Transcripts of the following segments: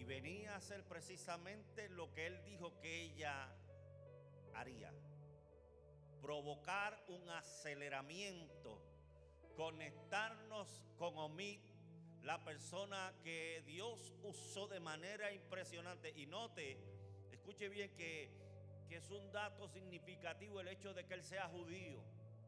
y venía a hacer precisamente lo que él dijo que ella haría: provocar un aceleramiento, conectarnos con Omid, la persona que Dios usó de manera impresionante. Y note, escuche bien que es un dato significativo el hecho de que él sea judío,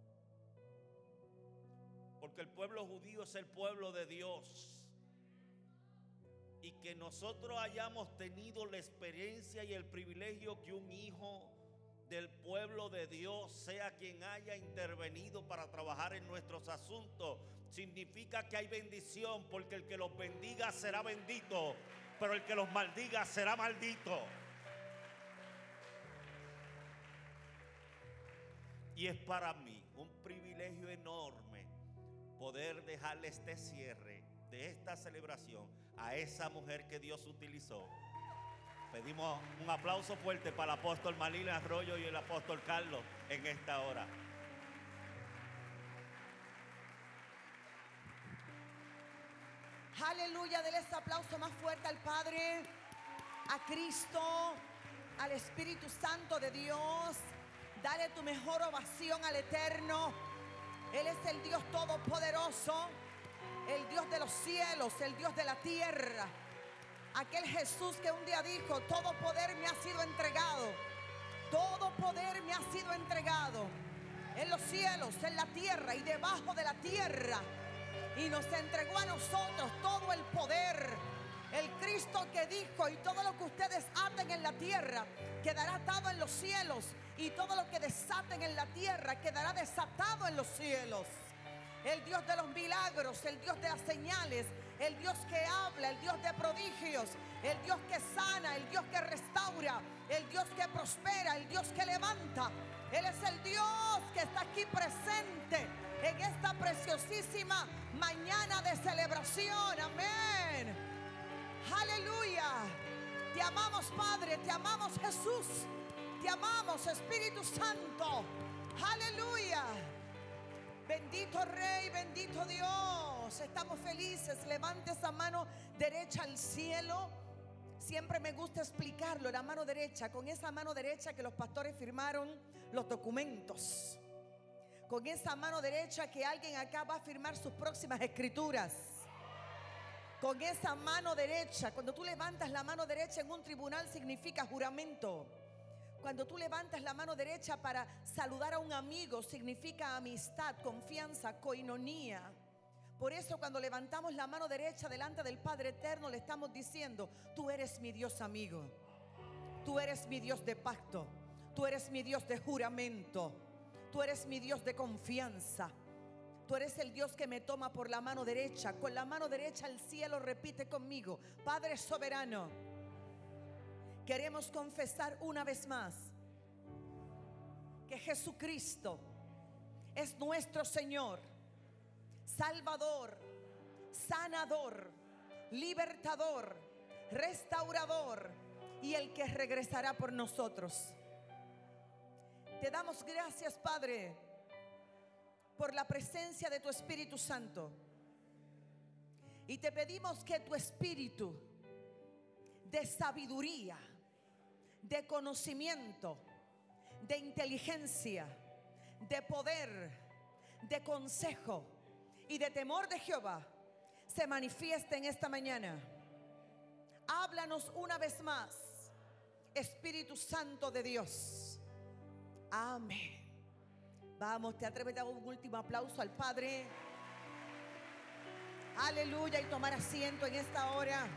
porque el pueblo judío es el pueblo de Dios. Y que nosotros hayamos tenido la experiencia y el privilegio que un hijo del pueblo de Dios sea quien haya intervenido para trabajar en nuestros asuntos, significa que hay bendición, porque el que los bendiga será bendito, pero el que los maldiga será maldito. Y es para mí un privilegio enorme poder dejarle este cierre de esta celebración a esa mujer que Dios utilizó. Pedimos un aplauso fuerte para el apóstol Malina Arroyo y el apóstol Carlos en esta hora. Aleluya, denle ese aplauso más fuerte al Padre, a Cristo, al Espíritu Santo de Dios. Dale tu mejor ovación al Eterno. Él es el Dios todopoderoso, el Dios de los cielos, el Dios de la tierra. Aquel Jesús que un día dijo: todo poder me ha sido entregado. Todo poder me ha sido entregado en los cielos, en la tierra y debajo de la tierra. Y nos entregó a nosotros todo el poder. El Cristo que dijo: y todo lo que ustedes aten en la tierra quedará atado en los cielos, y todo lo que desaten en la tierra quedará desatado en los cielos. El Dios de los milagros, el Dios de las señales, el Dios que habla, el Dios de prodigios, el Dios que sana, el Dios que restaura, el Dios que prospera, el Dios que levanta. Él es el Dios que está aquí presente en esta preciosísima mañana de celebración. Amén. Aleluya. Te amamos, Padre, te amamos, Jesús, te amamos, Espíritu Santo. Aleluya. Bendito Rey, bendito Dios. Estamos felices. Levante esa mano derecha al cielo. Siempre me gusta explicarlo, la mano derecha. Con esa mano derecha que los pastores firmaron los documentos. Con esa mano derecha que alguien acá va a firmar sus próximas escrituras. Con esa mano derecha, cuando tú levantas la mano derecha en un tribunal, significa juramento. Cuando tú levantas la mano derecha para saludar a un amigo, significa amistad, confianza, coinonía. Por eso cuando levantamos la mano derecha delante del Padre Eterno, le estamos diciendo: tú eres mi Dios amigo, tú eres mi Dios de pacto, tú eres mi Dios de juramento, tú eres mi Dios de confianza. Tú eres el Dios que me toma por la mano derecha. Con la mano derecha al cielo, repite conmigo: Padre soberano, queremos confesar una vez más que Jesucristo es nuestro Señor, Salvador, sanador, libertador, restaurador y el que regresará por nosotros. Te damos gracias, Padre, por la presencia de tu Espíritu Santo. Y te pedimos que tu Espíritu de sabiduría, de conocimiento, de inteligencia, de poder, de consejo y de temor de Jehová se manifieste en esta mañana. Háblanos una vez más, Espíritu Santo de Dios. Amén. Vamos, te atreves a dar un último aplauso al Padre. Aleluya. Y tomar asiento en esta hora.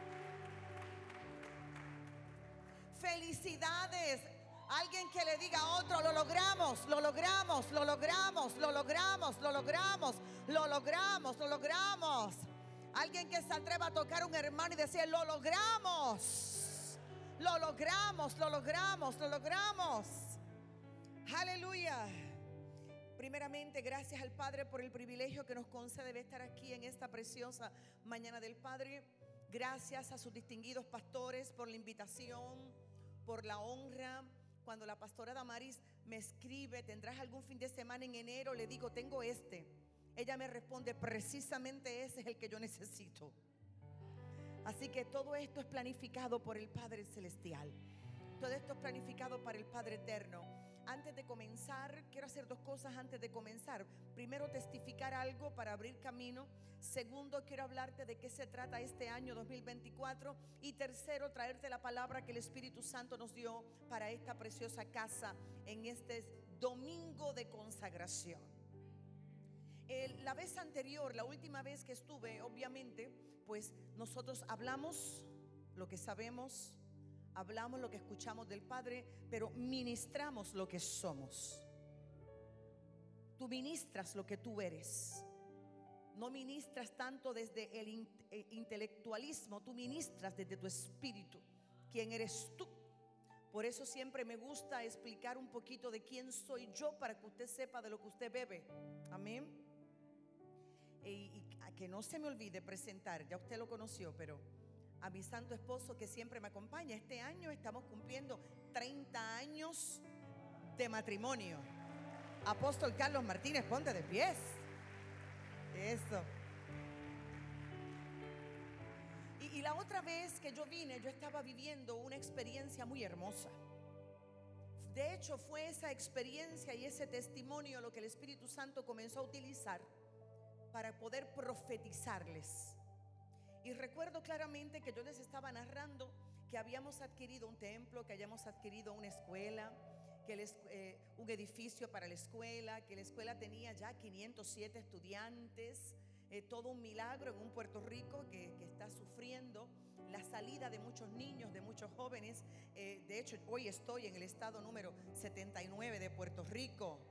Felicidades. Alguien que le diga a otro: lo logramos, lo logramos, lo logramos, lo logramos, lo logramos, lo logramos, lo logramos. Alguien que se atreva a tocar a un hermano y decir: lo logramos, lo logramos, lo logramos, lo logramos. Aleluya. Primeramente, gracias al Padre por el privilegio que nos concede de estar aquí en esta preciosa mañana del Padre. Gracias a sus distinguidos pastores por la invitación, por la honra. Cuando la pastora Damaris me escribe: ¿tendrás algún fin de semana en enero? Le digo: tengo este. Ella me responde: precisamente ese es el que yo necesito. Así que todo esto es planificado por el Padre Celestial. Todo esto es planificado para el Padre Eterno. Antes de comenzar, quiero hacer dos cosas antes de comenzar. Primero, testificar algo para abrir camino. Segundo, quiero hablarte de qué se trata este año 2024. Y tercero, traerte la palabra que el Espíritu Santo nos dio para esta preciosa casa en este domingo de consagración. La vez anterior, la última vez que estuve, obviamente, pues nosotros hablamos lo que sabemos, hablamos lo que escuchamos del Padre, pero ministramos lo que somos. Tú ministras lo que tú eres. No ministras tanto desde el intelectualismo, tú ministras desde tu espíritu. ¿Quién eres tú? Por eso siempre me gusta explicar un poquito de quién soy yo, para que usted sepa de lo que usted bebe. Amén. Y a que no se me olvide presentar, ya usted lo conoció, pero a mi santo esposo que siempre me acompaña. Este año estamos cumpliendo 30 años de matrimonio. Apóstol Carlos Martínez, ponte de pies. Eso. Y la otra vez que yo vine, yo estaba viviendo una experiencia muy hermosa. De hecho, fue esa experiencia y ese testimonio lo que el Espíritu Santo comenzó a utilizar para poder profetizarles. Y recuerdo claramente que yo les estaba narrando que habíamos adquirido un templo, que habíamos adquirido una escuela, que un edificio para la escuela, que la escuela tenía ya 507 estudiantes, todo un milagro en un Puerto Rico que está sufriendo la salida de muchos niños, de muchos jóvenes. De hecho, hoy estoy en el estado número 79 de Puerto Rico.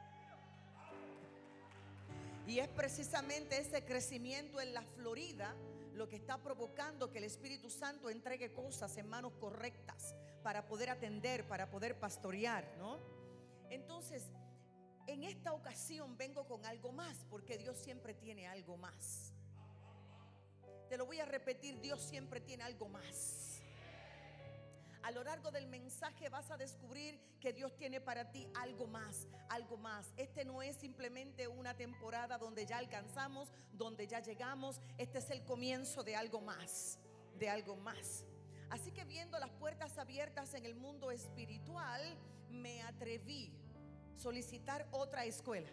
Y es precisamente ese crecimiento en la Florida lo que está provocando que el Espíritu Santo entregue cosas en manos correctas para poder atender, para poder pastorear, ¿no? Entonces, en esta ocasión vengo con algo más, porque Dios siempre tiene algo más. Te lo voy a repetir, Dios siempre tiene algo más. A lo largo del mensaje vas a descubrir que Dios tiene para ti algo más, algo más. Este no es simplemente una temporada donde ya alcanzamos, donde ya llegamos. Este es el comienzo de algo más, de algo más. Así que viendo las puertas abiertas en el mundo espiritual, me atreví a solicitar otra escuela.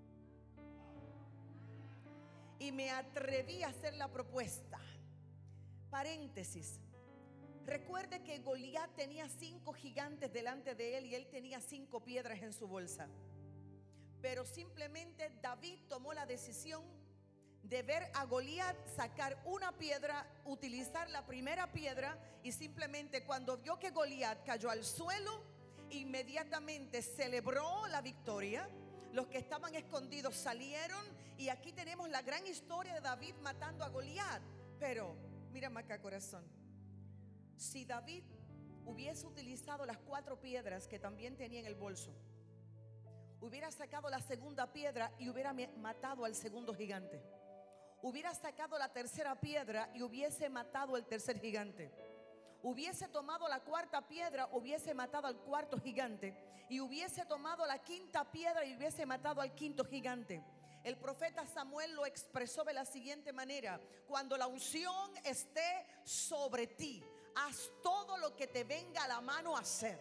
Y me atreví a hacer la propuesta. Paréntesis. Recuerde que Goliat tenía 5 gigantes delante de él y él tenía 5 piedras en su bolsa. Pero simplemente David tomó la decisión de ver a Goliat sacar una piedra, utilizar la primera piedra, y simplemente cuando vio que Goliat cayó al suelo, inmediatamente celebró la victoria. Los que estaban escondidos salieron, y aquí tenemos la gran historia de David matando a Goliat. Pero mírame acá, corazón. Si David hubiese utilizado las 4 piedras que también tenía en el bolso, hubiera sacado la segunda piedra y hubiera matado al segundo gigante. Hubiera sacado la tercera piedra y hubiese matado al tercer gigante. Hubiese tomado la 4ª piedra, hubiese matado al 4º gigante. Y hubiese tomado la 5ª piedra y hubiese matado al 5º gigante. El profeta Samuel lo expresó de la siguiente manera: cuando la unción esté sobre ti, haz todo lo que te venga a la mano a hacer.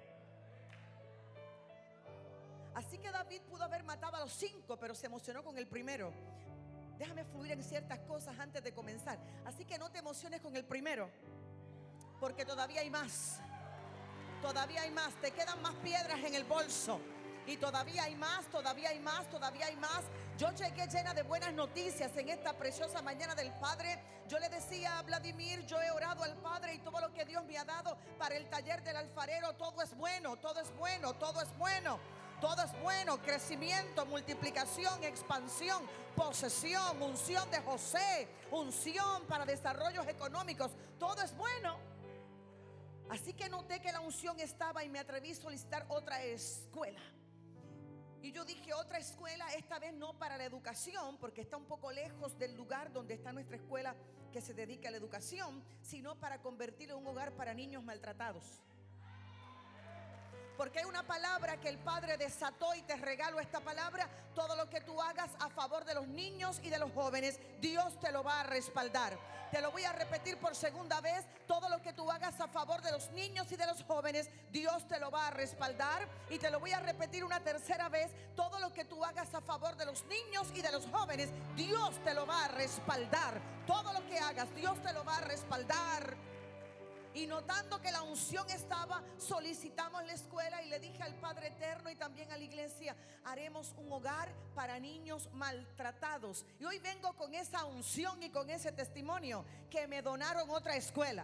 Así que David pudo haber matado a los 5, pero se emocionó con el primero. Déjame fluir en ciertas cosas antes de comenzar. Así que no te emociones con el primero, porque todavía hay más. Todavía hay más. Te quedan más piedras en el bolso. Y todavía hay más, todavía hay más, todavía hay más. Yo llegué llena de buenas noticias en esta preciosa mañana del Padre. Yo le decía a Vladimir, yo he orado al Padre y todo lo que Dios me ha dado para el taller del alfarero, todo es bueno, todo es bueno, todo es bueno. Todo es bueno: crecimiento, multiplicación, expansión, posesión, unción de José, unción para desarrollos económicos. Todo es bueno. Así que noté que la unción estaba y me atreví a solicitar otra escuela. Y yo dije, otra escuela, esta vez no para la educación, porque está un poco lejos del lugar donde está nuestra escuela que se dedica a la educación, sino para convertirlo en un hogar para niños maltratados. Porque hay una palabra que el Padre desató y te regalo esta palabra. Todo lo que tú hagas a favor de los niños y de los jóvenes, Dios te lo va a respaldar. Te lo voy a repetir por segunda vez. Todo lo que tú hagas a favor de los niños y de los jóvenes, Dios te lo va a respaldar. Y te lo voy a repetir una tercera vez. Todo lo que tú hagas a favor de los niños y de los jóvenes, Dios te lo va a respaldar. Todo lo que hagas, Dios te lo va a respaldar. Y notando que la unción estaba, solicitamos la escuela y le dije al Padre Eterno y también a la iglesia: haremos un hogar para niños maltratados. Y hoy vengo con esa unción y con ese testimonio que me donaron otra escuela.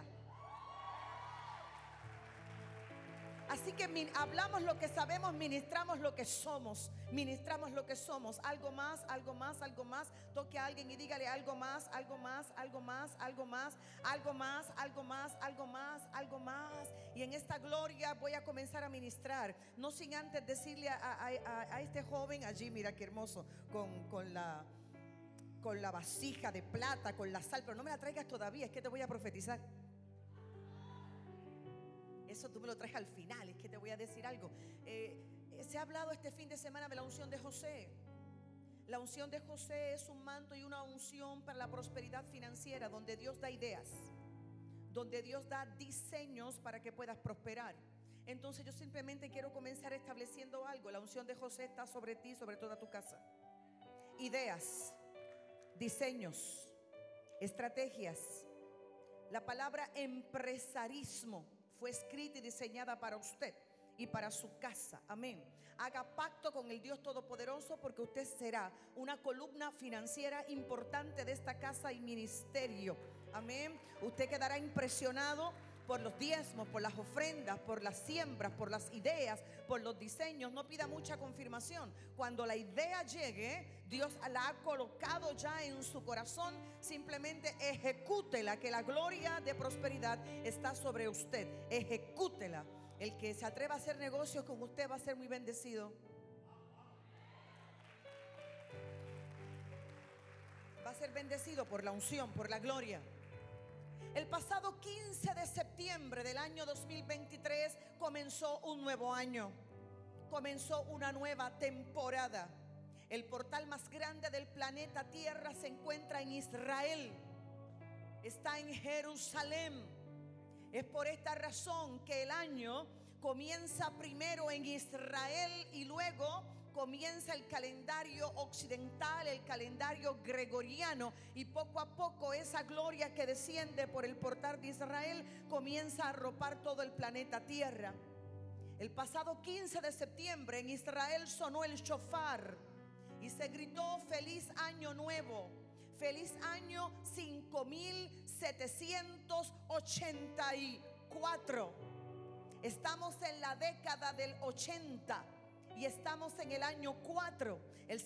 Así que hablamos lo que sabemos, ministramos lo que somos. Ministramos lo que somos. Algo más, algo más, algo más. Toque a alguien y dígale: algo más, algo más, algo más, algo más, algo más, algo más, algo más, algo más. Y en esta gloria voy a comenzar a ministrar. No sin antes decirle a este joven allí, mira qué hermoso, con la vasija de plata, con la sal. Pero no me la traigas todavía, es que te voy a profetizar. Eso tú me lo traes al final. Es que te voy a decir algo. Se ha hablado este fin de semana de la unción de José. La unción de José es un manto y una unción para la prosperidad financiera, donde Dios da ideas, donde Dios da diseños para que puedas prosperar. Entonces yo simplemente quiero comenzar estableciendo algo. La unción de José está sobre ti, sobre toda tu casa. Ideas, diseños, estrategias. La palabra empresarismo fue escrita y diseñada para usted y para su casa. Amén. Haga pacto con el Dios Todopoderoso, porque usted será una columna financiera importante de esta casa y ministerio. Amén. Usted quedará impresionado por los diezmos, por las ofrendas, por las siembras, por las ideas, por los diseños. No pida mucha confirmación. Cuando la idea llegue, Dios la ha colocado ya en su corazón. Simplemente ejecútela, que la gloria de prosperidad está sobre usted. Ejecútela. El que se atreva a hacer negocios con usted va a ser muy bendecido. Va a ser bendecido por la unción, por la gloria. El pasado 15 de septiembre del año 2023 comenzó un nuevo año. Comenzó una nueva temporada. El portal más grande del planeta Tierra se encuentra en Israel. Está en Jerusalén. Es por esta razón que el año comienza primero en Israel y luego comienza el calendario occidental, el calendario gregoriano, y poco a poco esa gloria que desciende por el portal de Israel comienza a arropar todo el planeta Tierra. El pasado 15 de septiembre en Israel sonó el shofar y se gritó: feliz año nuevo, feliz año 5784. Estamos en la década del 80 y estamos en el año 4. El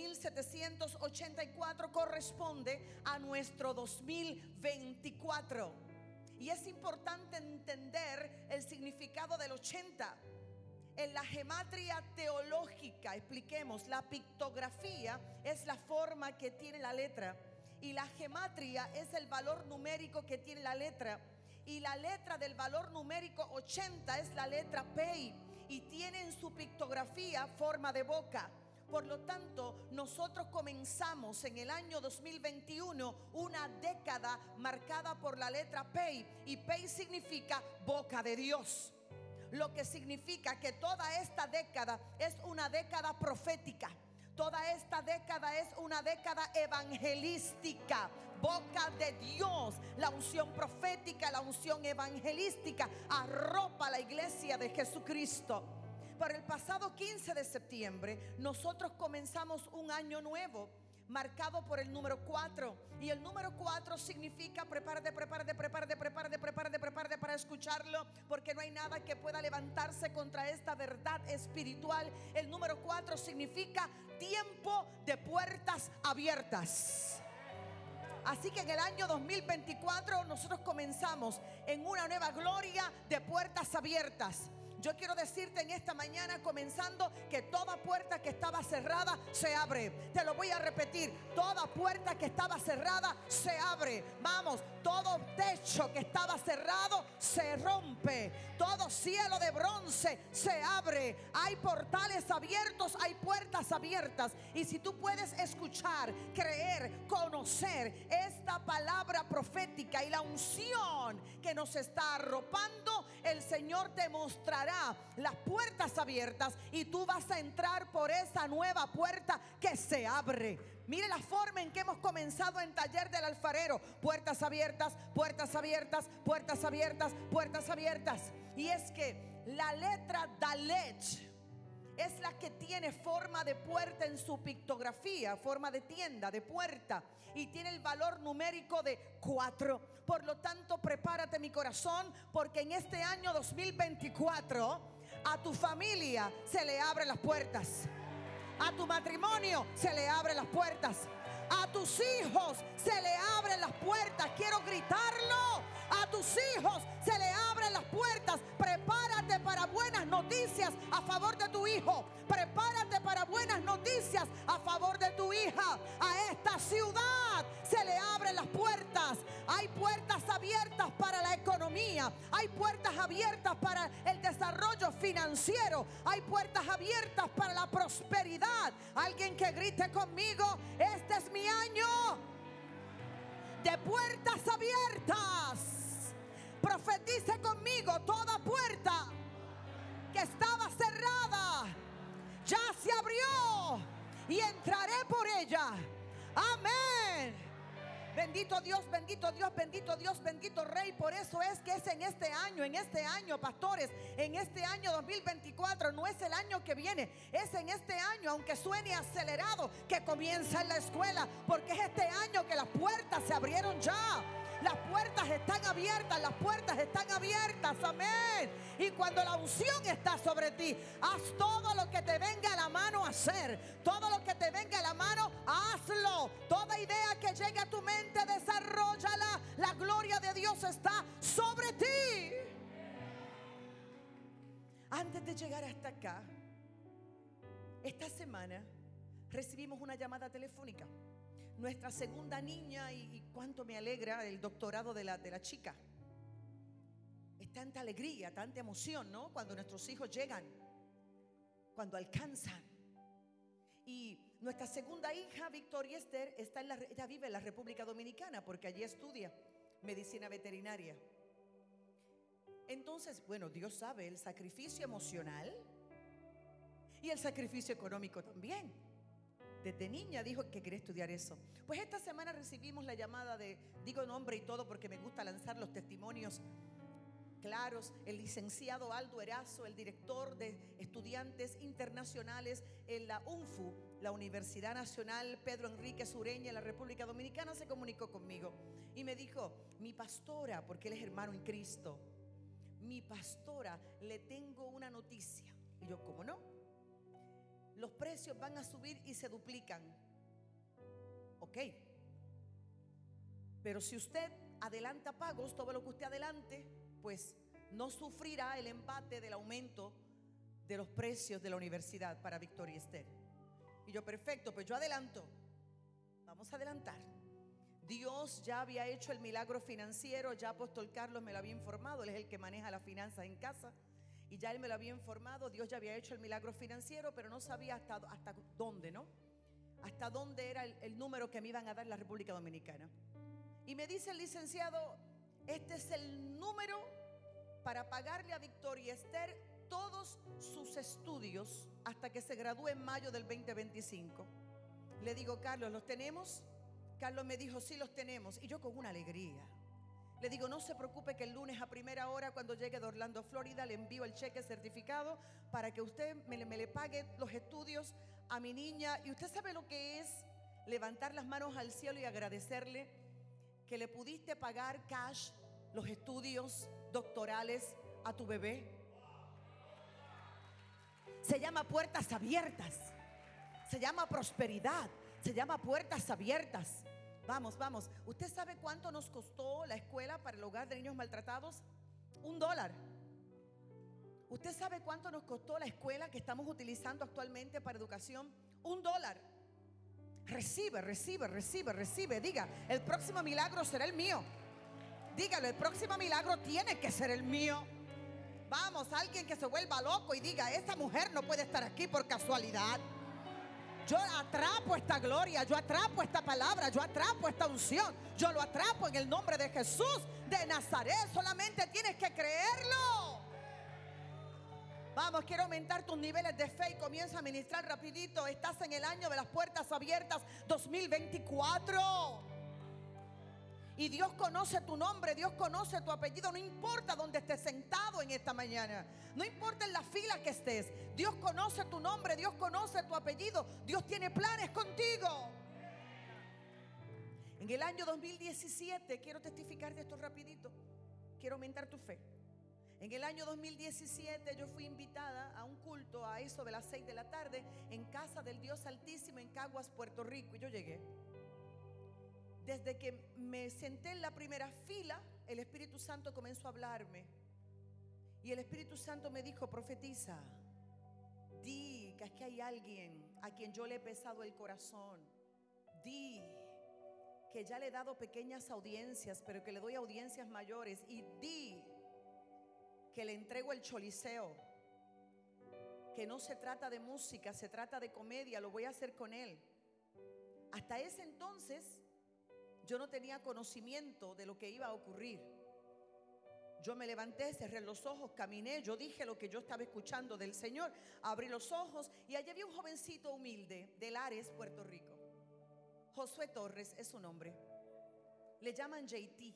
5784 corresponde a nuestro 2024. Y es importante entender el significado del 80. En la gematria teológica, expliquemos, la pictografía es la forma que tiene la letra, y la gematria es el valor numérico que tiene la letra. Y la letra del valor numérico 80 es la letra Pei, y tiene en su pictografía forma de boca. Por lo tanto, nosotros comenzamos en el año 2021 una década marcada por la letra Pei, y Pei significa boca de Dios. Lo que significa que toda esta década es una década profética. Toda esta década es una década evangelística. Boca de Dios. La unción profética, la unción evangelística arropa a la iglesia de Jesucristo. Por el pasado 15 de septiembre nosotros comenzamos un año nuevo marcado por el número 4. Y el número 4 significa prepárate para escucharlo, porque no hay nada que pueda levantarse contra esta verdad espiritual. El número 4 significa tiempo de puertas abiertas. Así que en el año 2024 nosotros comenzamos en una nueva gloria de puertas abiertas. Yo quiero decirte en esta mañana, comenzando, que toda puerta que estaba cerrada se abre. Te lo voy a repetir: toda puerta que estaba cerrada se abre. Vamos, todo techo que estaba cerrado se rompe. Todo cielo de bronce se abre. Hay portales abiertos, hay puertas abiertas. Y si tú puedes escuchar, creer, conocer esta palabra profética y la unción que nos está arropando, el Señor te mostrará las puertas abiertas y tú vas a entrar por esa nueva puerta que se abre. Mire la forma en que hemos comenzado en Taller del Alfarero: puertas abiertas, puertas abiertas, puertas abiertas, puertas abiertas. Y es que la letra Dalet es la que tiene forma de puerta en su pictografía, forma de tienda, de puerta, y tiene el valor numérico de 4. Por lo tanto, prepárate, mi corazón, porque en este año 2024 a tu familia se le abren las puertas, a tu matrimonio se le abren las puertas, a tus hijos se le abren las puertas. Quiero gritarlo: a tus hijos se le abren las puertas. Prepárate para buenas noticias a favor de tu hijo. Prepárate para buenas noticias a favor de tu hija. A esta ciudad se le abren las puertas. Hay puertas abiertas para la economía. Hay puertas abiertas para el desarrollo financiero. Hay puertas abiertas para la prosperidad. Alguien que grite conmigo: este es mi año de puertas abiertas. Profetice conmigo: toda puerta que estaba cerrada ya se abrió y entraré por ella. Amén. Bendito Dios, bendito Dios, bendito Dios, bendito Rey. Por eso es que es en este año, pastores, en este año 2024, no es el año que viene, es en este año, aunque suene acelerado, que comienza en la escuela, porque es este año que las puertas se abrieron ya. Las puertas están abiertas, las puertas están abiertas, amén. Y cuando la unción está sobre ti, haz todo lo que te venga a la mano a hacer. Todo lo que te venga a la mano, hazlo. Toda idea que llegue a tu mente, desarróllala. La gloria de Dios está sobre ti. Antes de llegar hasta acá, esta semana recibimos una llamada telefónica. Nuestra segunda niña, y cuánto me alegra el doctorado de la chica. Es tanta alegría, tanta emoción, ¿no? Cuando nuestros hijos llegan, cuando alcanzan. Y nuestra segunda hija, Victoria Esther, ella vive en la República Dominicana porque allí estudia medicina veterinaria. Entonces, bueno, Dios sabe el sacrificio emocional y el sacrificio económico también. Desde niña dijo que quería estudiar eso. Pues esta semana recibimos la llamada digo nombre y todo porque me gusta lanzar los testimonios claros, el licenciado Aldo Erazo, el director de estudiantes internacionales en la UNFU, la Universidad Nacional Pedro Enríquez Ureña en la República Dominicana, se comunicó conmigo y me dijo: mi pastora, porque él es hermano en Cristo, mi pastora, le tengo una noticia. Y yo: ¿cómo no? Los precios van a subir y se duplican. Ok. Pero si usted adelanta pagos, todo lo que usted adelante, pues no sufrirá el embate del aumento de los precios de la universidad para Victoria Esther. Y yo: perfecto, pues yo adelanto. Vamos a adelantar. Dios ya había hecho el milagro financiero, ya Apóstol Carlos me lo había informado, él es el que maneja las finanzas en casa. Y ya él me lo había informado, Dios ya había hecho el milagro financiero, pero no sabía hasta dónde, ¿no? Hasta dónde era el número que me iban a dar en la República Dominicana. Y me dice el licenciado: este es el número para pagarle a Victoria Esther todos sus estudios hasta que se gradúe en mayo del 2025. Le digo: Carlos, ¿los tenemos? Carlos me dijo: sí, los tenemos. Y yo con una alegría le digo: no se preocupe, que el lunes a primera hora, cuando llegue de Orlando, Florida, le envío el cheque certificado para que usted me le pague los estudios a mi niña. Y usted sabe lo que es levantar las manos al cielo y agradecerle que le pudiste pagar cash los estudios doctorales a tu bebé. Se llama puertas abiertas, se llama prosperidad, se llama puertas abiertas. Vamos, vamos. ¿Usted sabe cuánto nos costó la escuela para el hogar de niños maltratados? $1. ¿Usted sabe cuánto nos costó la escuela que estamos utilizando actualmente para educación? $1. Recibe, recibe, recibe, recibe. Diga, el próximo milagro será el mío. Dígalo, el próximo milagro tiene que ser el mío. Vamos, alguien que se vuelva loco y diga, esta mujer no puede estar aquí por casualidad. Yo atrapo esta gloria, yo atrapo esta palabra, yo atrapo esta unción. Yo lo atrapo en el nombre de Jesús de Nazaret. Solamente tienes que creerlo. Vamos, quiero aumentar tus niveles de fe y comienza a ministrar rapidito. Estás en el año de las puertas abiertas 2024. Y Dios conoce tu nombre, Dios conoce tu apellido. No importa dónde estés sentado en esta mañana, no importa en la fila que estés, Dios conoce tu nombre, Dios conoce tu apellido. Dios tiene planes contigo. En el año 2017, quiero testificar de esto rapidito, quiero aumentar tu fe. En el año 2017 yo fui invitada a un culto a eso de las 6 de la tarde en Casa del Dios Altísimo en Caguas, Puerto Rico. Y yo llegué. Desde que me senté en la primera fila, el Espíritu Santo comenzó a hablarme. Y el Espíritu Santo me dijo, profetiza, di que es que hay alguien a quien yo le he pesado el corazón. Di que ya le he dado pequeñas audiencias, pero que le doy audiencias mayores. Y di que le entrego el choliseo, que no se trata de música, se trata de comedia, lo voy a hacer con él. Hasta ese entonces yo no tenía conocimiento de lo que iba a ocurrir. Yo me levanté, cerré los ojos, caminé, yo dije lo que yo estaba escuchando del Señor, abrí los ojos y allí había un jovencito humilde de Lares, Puerto Rico. Josué Torres es su nombre. Le llaman JT.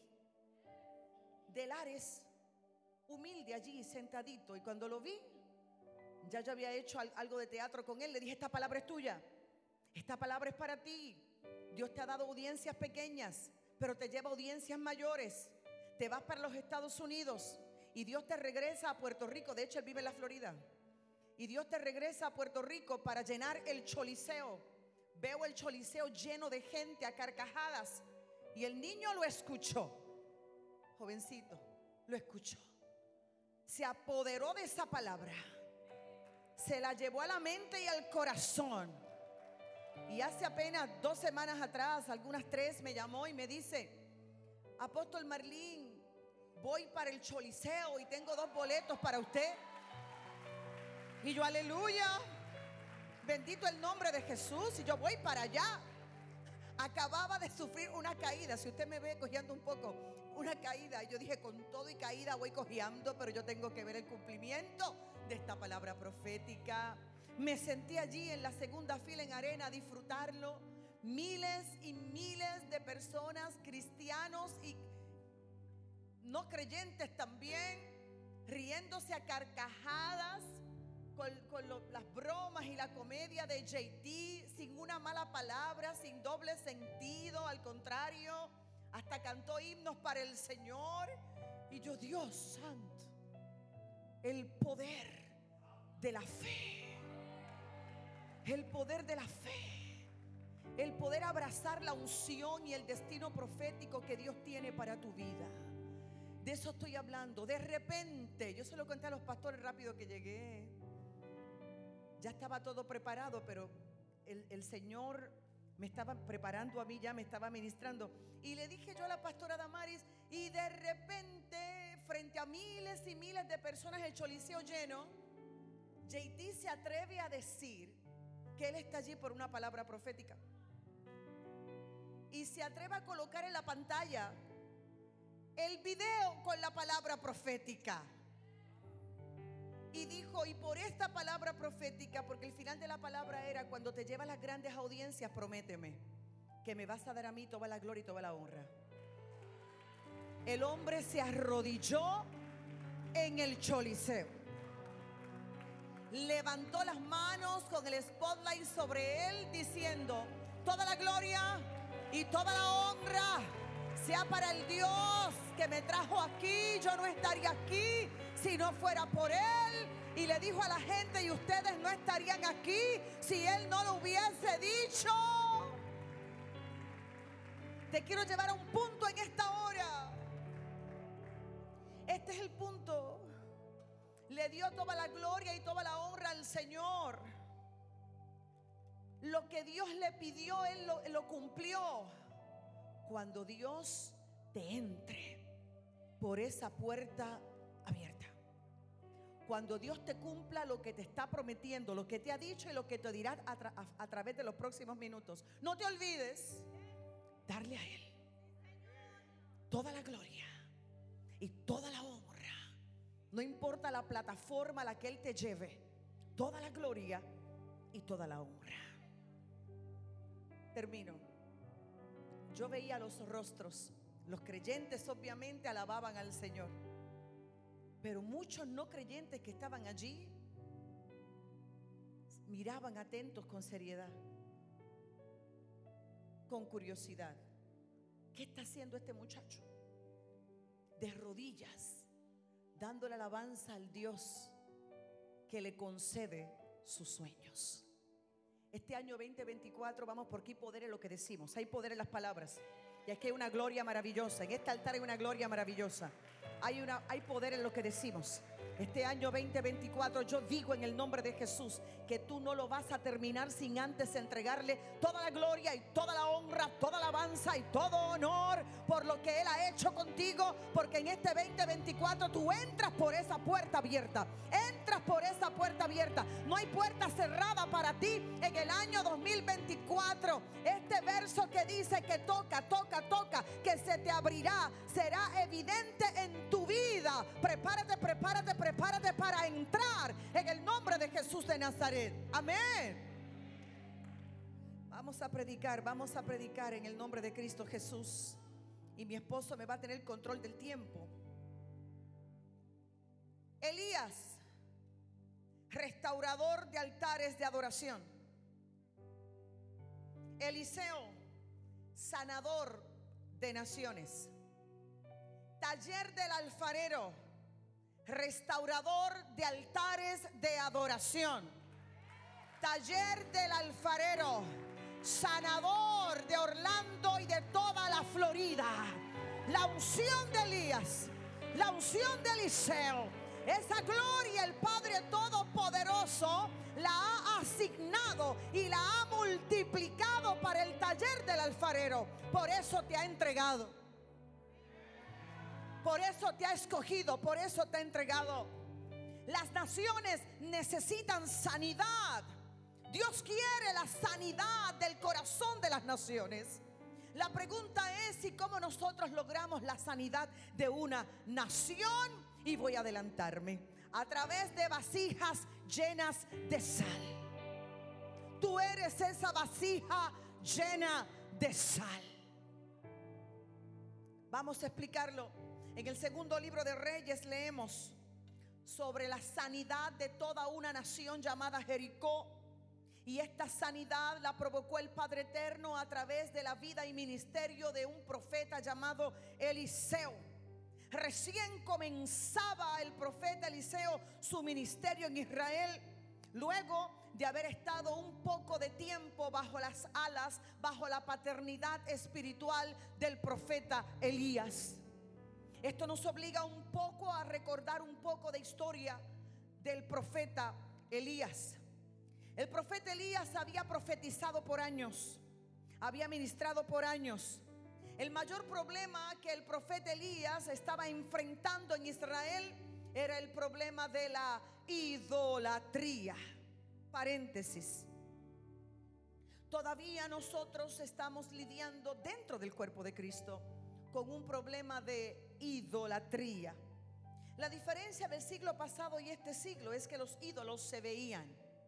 De Lares, humilde allí, sentadito. Y cuando lo vi, ya yo había hecho algo de teatro con él. Le dije, esta palabra es tuya, esta palabra es para ti. Dios te ha dado audiencias pequeñas, pero te lleva audiencias mayores. Te vas para los Estados Unidos y Dios te regresa a Puerto Rico. De hecho, él vive en la Florida. Y Dios te regresa a Puerto Rico para llenar el choliseo. Veo el choliseo lleno de gente a carcajadas. Y el niño lo escuchó. Jovencito, lo escuchó. Se apoderó de esa palabra. Se la llevó a la mente y al corazón. Y hace apenas 2 semanas atrás, algunas 3, me llamó y me dice, Apóstol Marlene, voy para el choliseo y tengo 2 boletos para usted. Y yo, aleluya, bendito el nombre de Jesús. Y yo voy para allá. Acababa de sufrir una caída. Si usted me ve cojeando un poco, una caída. Y yo dije, con todo y caída voy cojeando, pero yo tengo que ver el cumplimiento de esta palabra profética. Me senté allí en la segunda fila en arena a disfrutarlo. Miles y miles de personas, cristianos y no creyentes también, riéndose a carcajadas con las bromas y la comedia de JT, sin una mala palabra, sin doble sentido. Al contrario, hasta cantó himnos para el Señor. Y yo, Dios santo, el poder de la fe. El poder de la fe, el poder abrazar la unción y el destino profético que Dios tiene para tu vida. De eso estoy hablando. De repente, yo se lo conté a los pastores rápido que llegué. Ya estaba todo preparado, pero el Señor me estaba preparando a mí, ya me estaba ministrando. Y le dije yo a la pastora Damaris, y de repente, frente a miles y miles de personas, el choliseo lleno, JT se atreve a decir que él está allí por una palabra profética. Y se atreve a colocar en la pantalla el video con la palabra profética. Y dijo, y por esta palabra profética, porque el final de la palabra era, cuando te llevas las grandes audiencias, prométeme que me vas a dar a mí toda la gloria y toda la honra. El hombre se arrodilló en el choliseo, levantó las manos con el spotlight sobre él, diciendo, toda la gloria y toda la honra sea para el Dios que me trajo aquí. Yo no estaría aquí si no fuera por él. Y le dijo a la gente, y ustedes no estarían aquí si él no lo hubiese dicho. Te quiero llevar a un punto en esta hora. Este es el punto. le dio toda la gloria y toda la honra al Señor. Lo que Dios le pidió, Él lo cumplió. Cuando Dios te entre por esa puerta abierta, cuando Dios te cumpla lo que te está prometiendo, lo que te ha dicho y lo que te dirá a través de los próximos minutos, no te olvides darle a Él toda la gloria y toda la honra. No importa la plataforma a la que Él te lleve, toda la gloria y toda la honra. Termino. Yo veía los rostros. Los creyentes obviamente alababan al Señor, pero muchos no creyentes que estaban allí miraban atentos con seriedad, con curiosidad. ¿Qué está haciendo este muchacho? De rodillas, dándole alabanza al Dios que le concede sus sueños. Este año 2024 vamos por aquí poder en lo que decimos. Hay poder en las palabras. Y aquí hay una gloria maravillosa. En este altar hay una gloria maravillosa. Hay poder en lo que decimos. Este año 2024 yo digo en el nombre de Jesús que tú no lo vas a terminar sin antes entregarle toda la gloria y toda la honra, toda la alabanza y todo honor por lo que Él ha hecho contigo. Porque en este 2024 tú entras por esa puerta abierta. Entras por esa puerta abierta. No hay puerta cerrada para ti en el año 2024. Este verso que dice que toca, toca, toca, que se te abrirá, será evidente en tu vida. Prepárate, prepárate, prepárate para entrar en el nombre de Jesús de Nazaret. Amén. Vamos a predicar en el nombre de Cristo Jesús. Y mi esposo me va a tener control del tiempo. Elías, restaurador de altares de adoración. Eliseo, sanador de naciones. Taller del alfarero, restaurador de altares de adoración. Taller del alfarero, sanador de Orlando y de toda la Florida. La unción de Elías, la unción de Eliseo, esa gloria el Padre Todopoderoso la ha asignado y la ha multiplicado para el taller del alfarero. Por eso te ha entregado, por eso te ha escogido, por eso te ha entregado. Las naciones necesitan sanidad. Dios quiere la sanidad del corazón de las naciones. La pregunta es si cómo nosotros logramos la sanidad de una nación. Y voy a adelantarme. A través de vasijas llenas de sal. Tú eres esa vasija llena de sal. Vamos a explicarlo. En el segundo libro de Reyes leemos sobre la sanidad de toda una nación llamada Jericó. Y esta sanidad la provocó el Padre Eterno a través de la vida y ministerio de un profeta llamado Eliseo. Recién comenzaba el profeta Eliseo su ministerio en Israel, luego de haber estado un poco de tiempo bajo las alas, bajo la paternidad espiritual del profeta Elías. Esto nos obliga un poco a recordar un poco de historia del profeta Elías. El profeta Elías había profetizado por años, había ministrado por años. El mayor problema que el profeta Elías estaba enfrentando en Israel era el problema de la idolatría. Paréntesis. Todavía nosotros estamos lidiando dentro del cuerpo de Cristo con un problema de idolatría. La diferencia del siglo pasado y este siglo es que los ídolos se veían.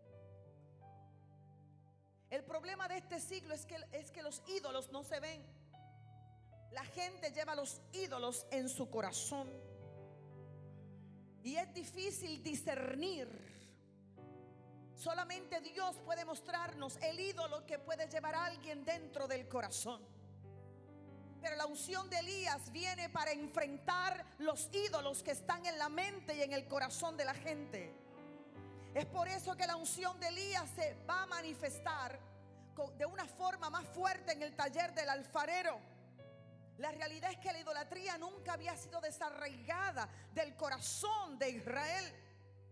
El problema de este siglo es que los ídolos no se ven. La gente lleva los ídolos en su corazón y es difícil discernir. Solamente Dios puede mostrarnos el ídolo que puede llevar a alguien dentro del corazón. Pero la unción de Elías viene para enfrentar los ídolos que están en la mente y en el corazón de la gente. Es por eso que la unción de Elías se va a manifestar de una forma más fuerte en el taller del alfarero. La realidad es que la idolatría nunca había sido desarraigada del corazón de Israel.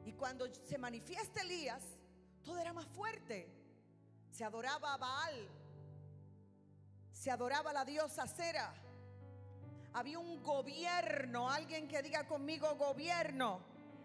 Y cuando se manifiesta Elías, todo era más fuerte. Se adoraba a Baal, se adoraba a la diosa Acera. Había un gobierno, alguien que diga conmigo gobierno.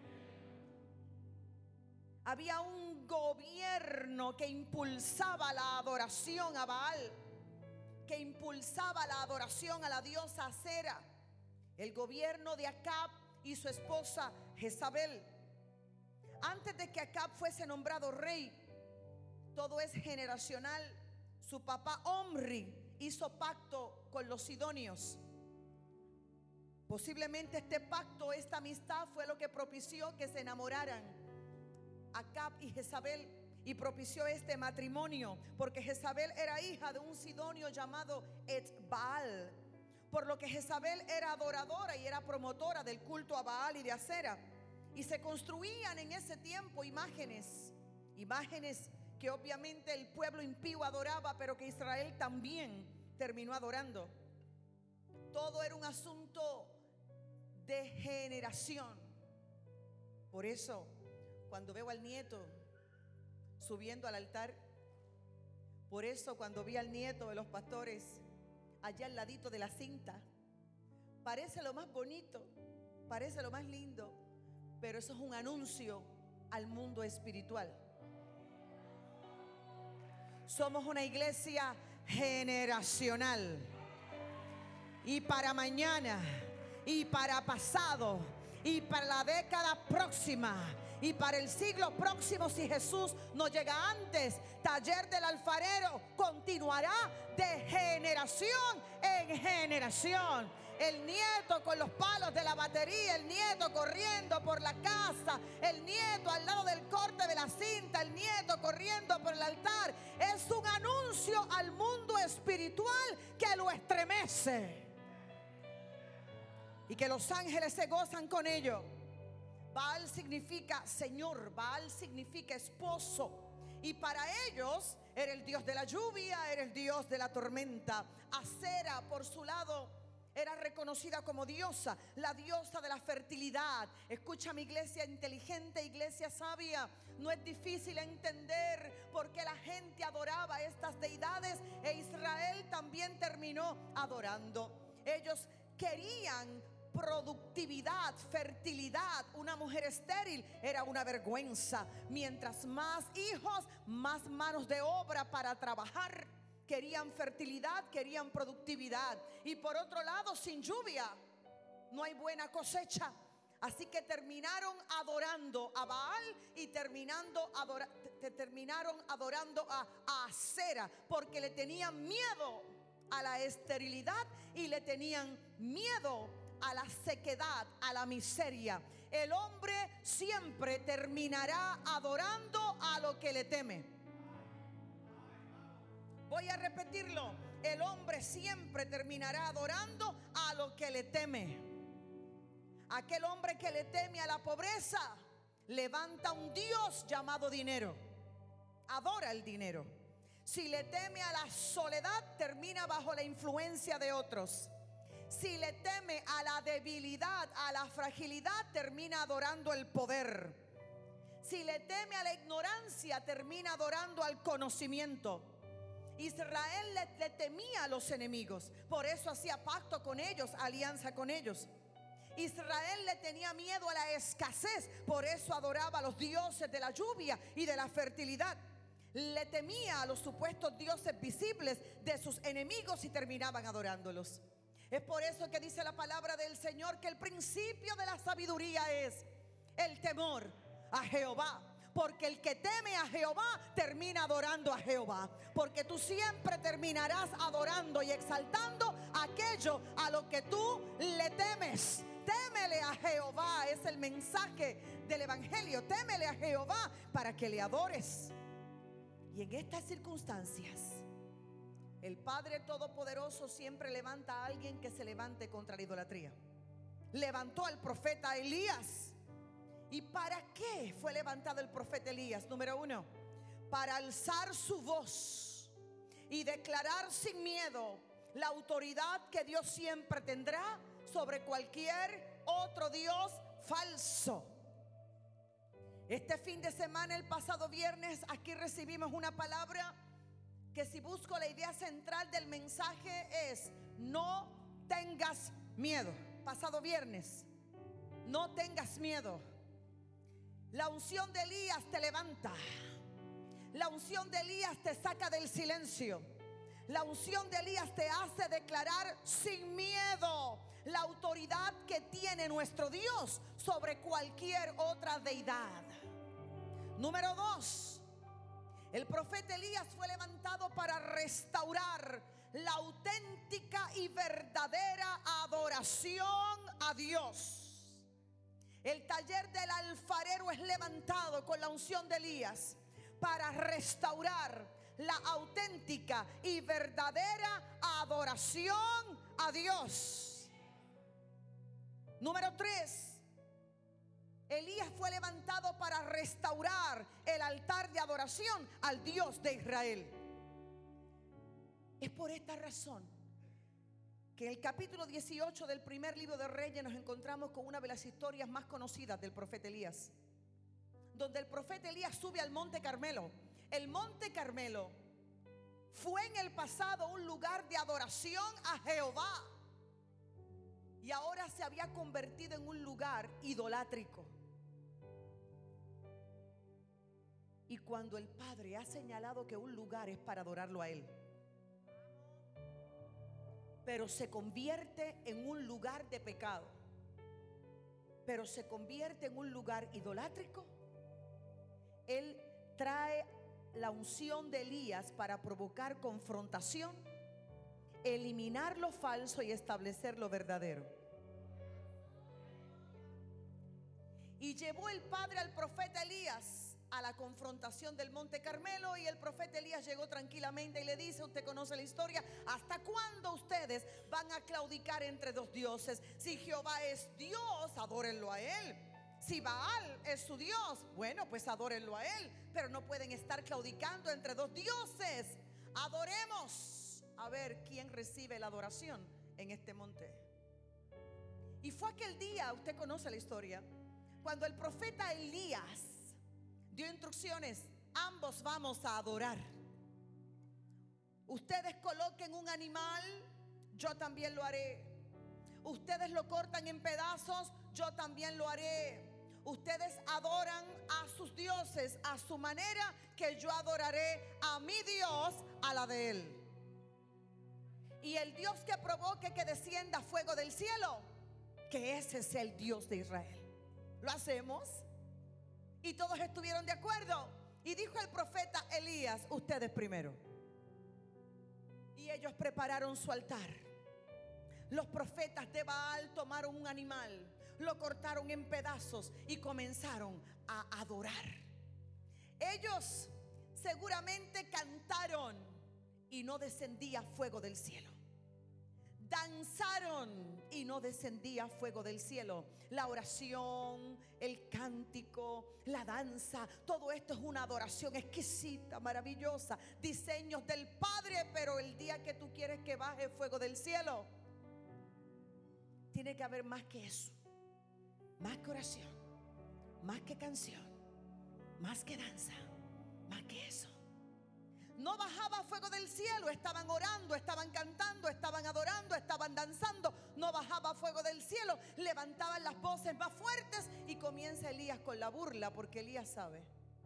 Había un gobierno que impulsaba la adoración a Baal, que impulsaba la adoración a la diosa Acera. El gobierno de Acab y su esposa Jezabel. Antes de que Acab fuese nombrado rey, todo es generacional. Su papá Omri hizo pacto con los sidonios. Posiblemente este pacto, esta amistad fue lo que propició que se enamoraran Acab y Jezabel, y propició este matrimonio, porque Jezabel era hija de un sidonio llamado Etbaal, por lo que Jezabel era adoradora y era promotora del culto a Baal y de Acera. Y se construían en ese tiempo imágenes que obviamente el pueblo impío adoraba, pero que Israel también terminó adorando. Todo era un asunto de generación. Por eso, cuando veo al nieto subiendo al altar, por eso cuando vi al nieto de los pastores allá al ladito de la cinta, parece lo más bonito, parece lo más lindo, pero eso es un anuncio al mundo espiritual. Somos una iglesia generacional, y para mañana, y para pasado, y para la década próxima, y para el siglo próximo, si Jesús no llega antes, Taller del Alfarero continuará de generación en generación. El nieto con los palos de la batería, el nieto corriendo por la casa, el nieto al lado del corte de la cinta, el nieto corriendo por el altar. Es un anuncio al mundo espiritual que lo estremece y que los ángeles se gozan con ello. Baal significa Señor, Baal significa esposo, y para ellos era el Dios de la lluvia, era el Dios de la tormenta. Acera, por su lado, era reconocida como diosa, la diosa de la fertilidad. Escucha, mi iglesia inteligente, iglesia sabia, no es difícil entender por qué la gente adoraba a estas deidades, e Israel también terminó adorando. Ellos querían productividad, fertilidad. Una mujer estéril era una vergüenza. Mientras más hijos, más manos de obra para trabajar. Querían fertilidad, querían productividad. Y por otro lado, sin lluvia no hay buena cosecha. Así que terminaron adorando a Baal y terminaron adorando a Acera, porque le tenían miedo a la esterilidad y le tenían miedo a la sequedad, a la miseria. El hombre siempre terminará adorando a lo que le teme. Voy a repetirlo. El hombre siempre terminará adorando a lo que le teme. Aquel hombre que le teme a la pobreza levanta un Dios llamado dinero. Adora el dinero. Si le teme a la soledad, termina bajo la influencia de otros. Si le teme a la debilidad, a la fragilidad, termina adorando el poder. Si le teme a la ignorancia, termina adorando al conocimiento. Israel le temía a los enemigos, por eso hacía pacto con ellos, alianza con ellos. Israel le tenía miedo a la escasez, por eso adoraba a los dioses de la lluvia y de la fertilidad. Le temía a los supuestos dioses visibles de sus enemigos y terminaban adorándolos. Es por eso que dice la palabra del Señor que el principio de la sabiduría es el temor a Jehová. Porque el que teme a Jehová termina adorando a Jehová. Porque tú siempre terminarás adorando y exaltando aquello a lo que tú le temes. Témele a Jehová, es el mensaje del evangelio. Témele a Jehová para que le adores. Y en estas circunstancias, el Padre Todopoderoso siempre levanta a alguien que se levante contra la idolatría. Levantó al profeta Elías. ¿Y para qué fue levantado el profeta Elías? Número 1, para alzar su voz y declarar sin miedo la autoridad que Dios siempre tendrá sobre cualquier otro Dios falso. Este fin de semana, el pasado viernes, aquí recibimos una palabra que, si busco la idea central del mensaje, es: no tengas miedo. Pasado viernes, no tengas miedo. La unción de Elías te levanta. La unción de Elías te saca del silencio. La unción de Elías te hace declarar sin miedo la autoridad que tiene nuestro Dios sobre cualquier otra deidad. Número 2, el profeta Elías fue levantado para restaurar la auténtica y verdadera adoración a Dios. El taller del alfarero es levantado con la unción de Elías para restaurar la auténtica y verdadera adoración a Dios. Número 3, Elías fue levantado para restaurar el altar de adoración al Dios de Israel. Es por esta razón que en el capítulo 18 del primer libro de Reyes nos encontramos con una de las historias más conocidas del profeta Elías, donde el profeta Elías sube al monte Carmelo. El monte Carmelo fue en el pasado un lugar de adoración a Jehová, y ahora se había convertido en un lugar idolátrico. Y cuando el Padre ha señalado que un lugar es para adorarlo a Él, pero se convierte en un lugar de pecado, pero se convierte en un lugar idolátrico, Él trae la unción de Elías para provocar confrontación, eliminar lo falso y establecer lo verdadero. Y llevó el Padre al profeta Elías a la confrontación del monte Carmelo, y el profeta Elías llegó tranquilamente y le dice: usted conoce la historia, ¿hasta cuándo ustedes van a claudicar entre dos dioses? Si Jehová es Dios, adórenlo a Él. Si Baal es su Dios, bueno, pues adórenlo a Él. Pero no pueden estar claudicando entre dos dioses. Adoremos a ver quién recibe la adoración en este monte. Y fue aquel día, usted conoce la historia, cuando el profeta Elías dio instrucciones: ambos vamos a adorar. Ustedes coloquen un animal, yo también lo haré. Ustedes lo cortan en pedazos, yo también lo haré. Ustedes adoran a sus dioses a su manera, que yo adoraré a mi Dios a la de Él. Y el Dios que provoque que descienda fuego del cielo, que ese es el Dios de Israel. ¿Lo hacemos? Y todos estuvieron de acuerdo. Y dijo el profeta Elías: ustedes primero. Y ellos prepararon su altar. Los profetas de Baal tomaron un animal, lo cortaron en pedazos y comenzaron a adorar. Ellos seguramente cantaron y no descendía fuego del cielo. Danzaron y no descendía fuego del cielo. La oración, el cántico, la danza, todo esto es una adoración exquisita, maravillosa, diseños del Padre. Pero el día que tú quieres que baje fuego del cielo, tiene que haber más que eso, más que oración, más que canción, más que danza, más que eso. No bajaba fuego del cielo, estaban orando, estaban cantando, estaban adorando, estaban danzando. No bajaba fuego del cielo, levantaban las voces más fuertes. Y comienza Elías con la burla, porque Elías sabe: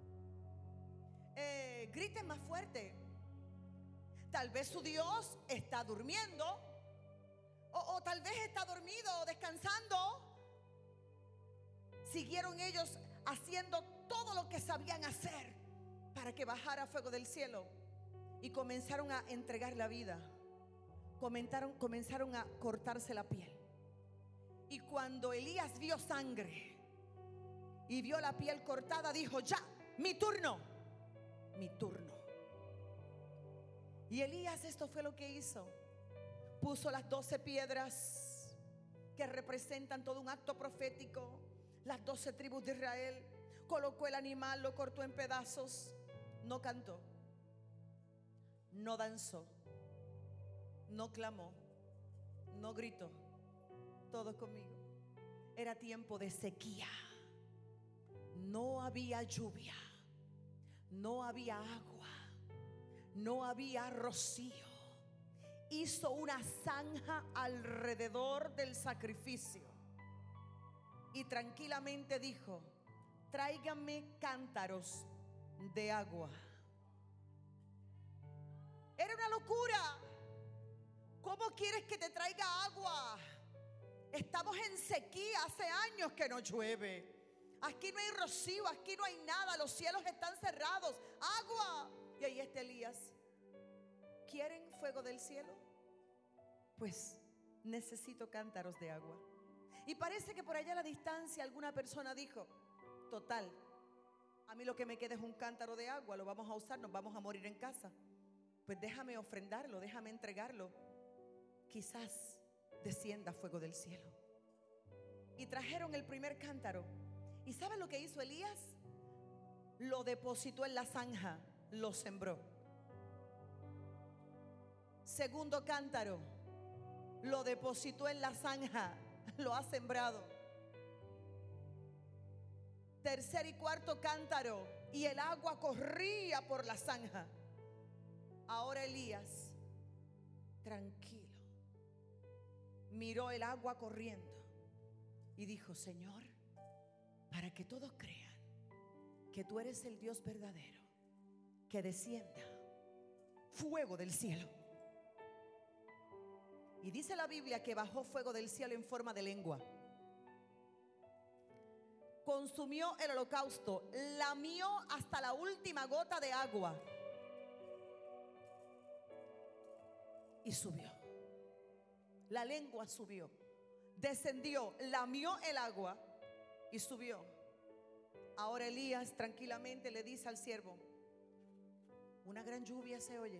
griten más fuerte. Tal vez su Dios está durmiendo, o tal vez está dormido o descansando. Siguieron ellos haciendo todo lo que sabían hacer para que bajara fuego del cielo. Y comenzaron a entregar la vida. Comenzaron a cortarse la piel. Y cuando Elías vio sangre y vio la piel cortada, dijo: ya, mi turno, mi turno. Y Elías, esto fue lo que hizo: puso las 12 piedras que representan todo un acto profético, las 12 tribus de Israel. Colocó el animal, lo cortó en pedazos. No cantó, no danzó, no clamó, no gritó. Todos conmigo. Era tiempo de sequía. no había lluvia, no había agua, no había rocío. Hizo una zanja alrededor del sacrificio y tranquilamente dijo: tráiganme cántaros de agua. Era una locura. ¿Cómo quieres que te traiga agua? Estamos en sequía, hace años que no llueve. Aquí no hay rocío, aquí no hay nada, los cielos están cerrados. Agua. Y ahí está Elías. ¿Quieren fuego del cielo? Pues necesito cántaros de agua. Y parece que por allá a la distancia alguna persona dijo: total, a mí lo que me queda es un cántaro de agua, lo vamos a usar, nos vamos a morir en casa. Pues déjame ofrendarlo, déjame entregarlo. Quizás descienda fuego del cielo. Y trajeron el primer cántaro. ¿Y saben lo que hizo Elías? Lo depositó en la zanja, lo sembró. Segundo cántaro, lo depositó en la zanja, lo ha sembrado. Tercer y cuarto cántaro, y el agua corría por la zanja. Ahora Elías, tranquilo, miró el agua corriendo y dijo: Señor, para que todos crean que tú eres el Dios verdadero, que descienda fuego del cielo. Y dice la Biblia que bajó fuego del cielo en forma de lengua. Consumió el holocausto, lamió hasta la última gota de agua y subió. La lengua subió, descendió, lamió el agua y subió. Ahora Elías tranquilamente le dice al siervo: una gran lluvia se oye.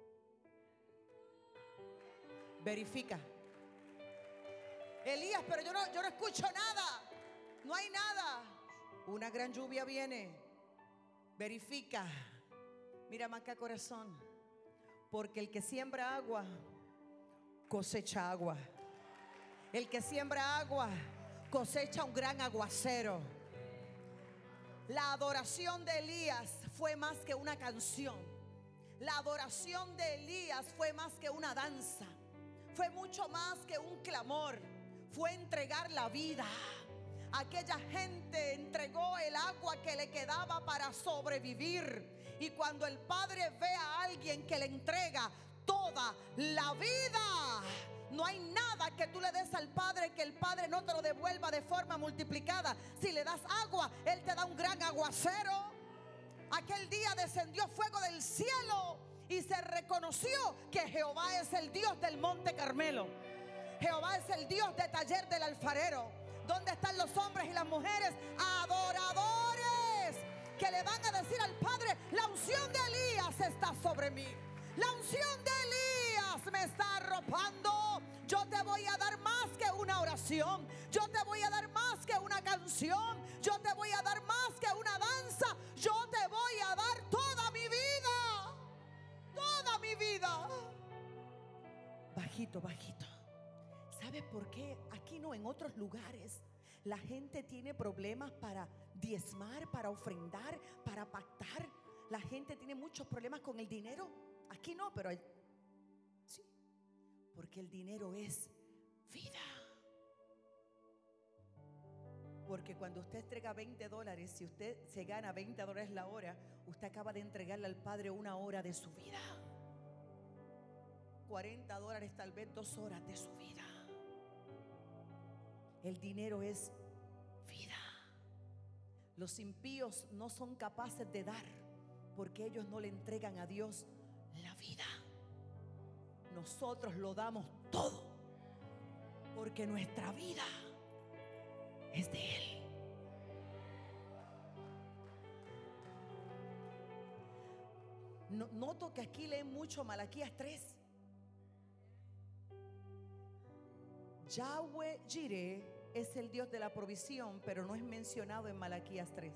Verifica. Elías, pero yo no escucho nada. No hay nada. Una gran lluvia viene. Verifica. Mira, Maca, corazón, porque el que siembra agua cosecha agua. El que siembra agua cosecha un gran aguacero. La adoración de Elías fue más que una canción. La adoración de Elías fue más que una danza. Fue mucho más que un clamor. Fue entregar la vida. Aquella gente entregó el agua que le quedaba para sobrevivir. Y cuando el Padre ve a alguien que le entrega toda la vida, no hay nada que tú le des al Padre que el Padre no te lo devuelva de forma multiplicada. Si le das agua, Él te da un gran aguacero. Aquel día descendió fuego del cielo y se reconoció que Jehová es el Dios del Monte Carmelo. Jehová es el Dios de Taller del Alfarero. ¿Dónde están los hombres y las mujeres adoradores que le van a decir al Padre: la unción de Elías está sobre mí, la unción de Elías me está arropando? Yo te voy a dar más que una oración, yo te voy a dar más que una canción, yo te voy a dar más que una danza, yo te voy a dar toda mi vida, toda mi vida. Bajito, bajito. ¿Sabes por qué? Aquí no, en otros lugares la gente tiene problemas para diezmar, para ofrendar, para pactar. La gente tiene muchos problemas con el dinero. Aquí no, pero sí, porque el dinero es vida. Porque cuando usted entrega $20, si usted se gana $20 la hora, usted acaba de entregarle al Padre una hora de su vida. $40 tal vez 2 horas de su vida. El dinero es vida. Los impíos no son capaces de dar porque ellos no le entregan a Dios la vida. Nosotros lo damos todo porque nuestra vida es de Él. Noto que aquí leen mucho Malaquías 3. Yahweh Jireh es el Dios de la provisión, pero no es mencionado en Malaquías 3.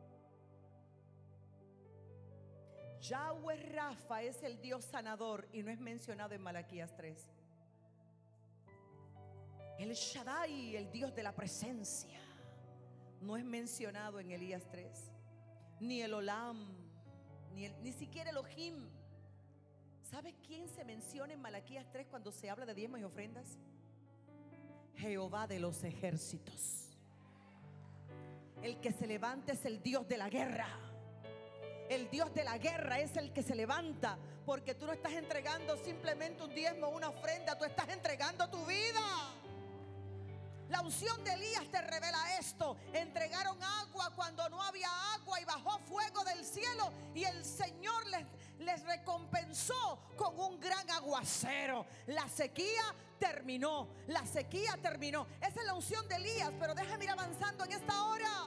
Yahweh Rafa es el Dios sanador y no es mencionado en Malaquías 3. El Shaddai, el Dios de la presencia, no es mencionado en Elías 3. Ni el Olam, ni siquiera Elohim. ¿Sabe quién se menciona en Malaquías 3 cuando se habla de diezmos y ofrendas? Jehová de los ejércitos. El que se levanta es el Dios de la guerra. El Dios de la guerra es el que se levanta, porque tú no estás entregando simplemente un diezmo o una ofrenda, tú estás entregando tu vida. La unción de Elías te revela esto. Entregaron agua cuando no había agua y bajó fuego del cielo, y el Señor les recompensó con un gran aguacero. La sequía terminó. La sequía terminó. Esa es la unción de Elías. Pero déjame ir avanzando en esta hora.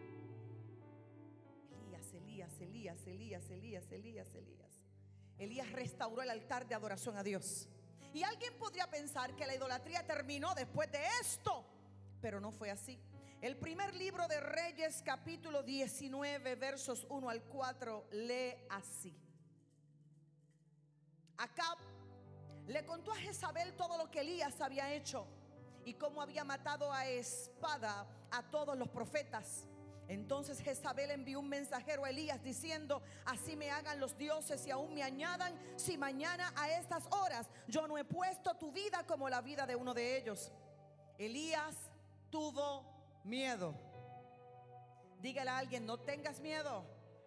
Elías restauró el altar de adoración a Dios. Y alguien podría pensar que la idolatría terminó después de esto, pero no fue así. El primer libro de Reyes, capítulo 19, versos 1 al 4, lee así. Acab le contó a Jezabel todo lo que Elías había hecho y cómo había matado a espada a todos los profetas. Entonces Jezabel envió un mensajero a Elías diciendo: así me hagan los dioses y aún me añadan, si mañana a estas horas yo no he puesto tu vida como la vida de uno de ellos. Elías tuvo miedo. Dígale a alguien: no tengas miedo.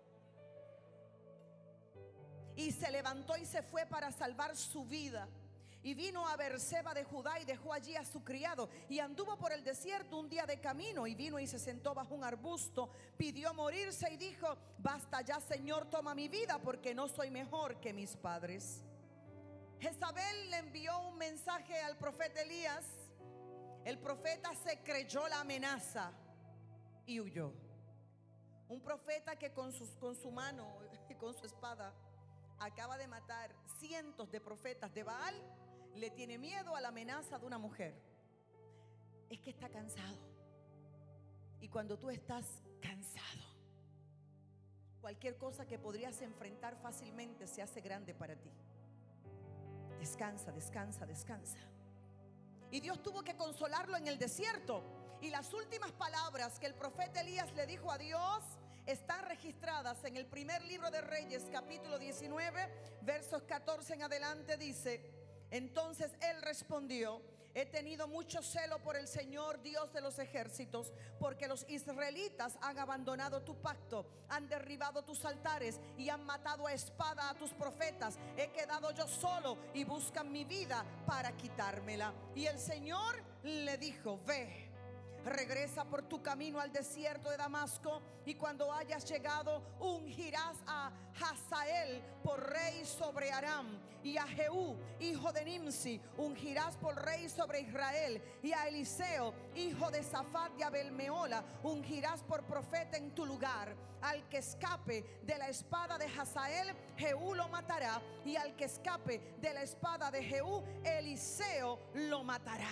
Y se levantó y se fue para salvar su vida. Y vino a Beerseba de Judá y dejó allí a su criado. Y anduvo por el desierto un día de camino. Y vino y se sentó bajo un arbusto. Pidió morirse y dijo: basta ya, Señor, toma mi vida, porque no soy mejor que mis padres. Jezabel le envió un mensaje al profeta Elías. El profeta se creyó la amenaza y huyó. Un profeta que con su mano y con su espada acaba de matar cientos de profetas de Baal, le tiene miedo a la amenaza de una mujer. Es que está cansado. Y cuando tú estás cansado, cualquier cosa que podrías enfrentar fácilmente se hace grande para ti. Descansa, descansa, descansa. Y Dios tuvo que consolarlo en el desierto. Y las últimas palabras que el profeta Elías le dijo a Dios están registradas en el primer libro de Reyes, capítulo 19, versos 14 en adelante. Dice: entonces él respondió: he tenido mucho celo por el Señor Dios de los ejércitos, porque los israelitas han abandonado tu pacto, han derribado tus altares y han matado a espada a tus profetas. He quedado yo solo y buscan mi vida para quitármela. Y el Señor le dijo: ve, regresa por tu camino al desierto de Damasco, y cuando hayas llegado ungirás a Hazael por rey sobre Aram, y a Jehú hijo de Nimsi ungirás por rey sobre Israel, y a Eliseo hijo de Safat de Abel-Meola ungirás por profeta en tu lugar. Al que escape de la espada de Hazael, Jehú lo matará, y al que escape de la espada de Jehú, Eliseo lo matará.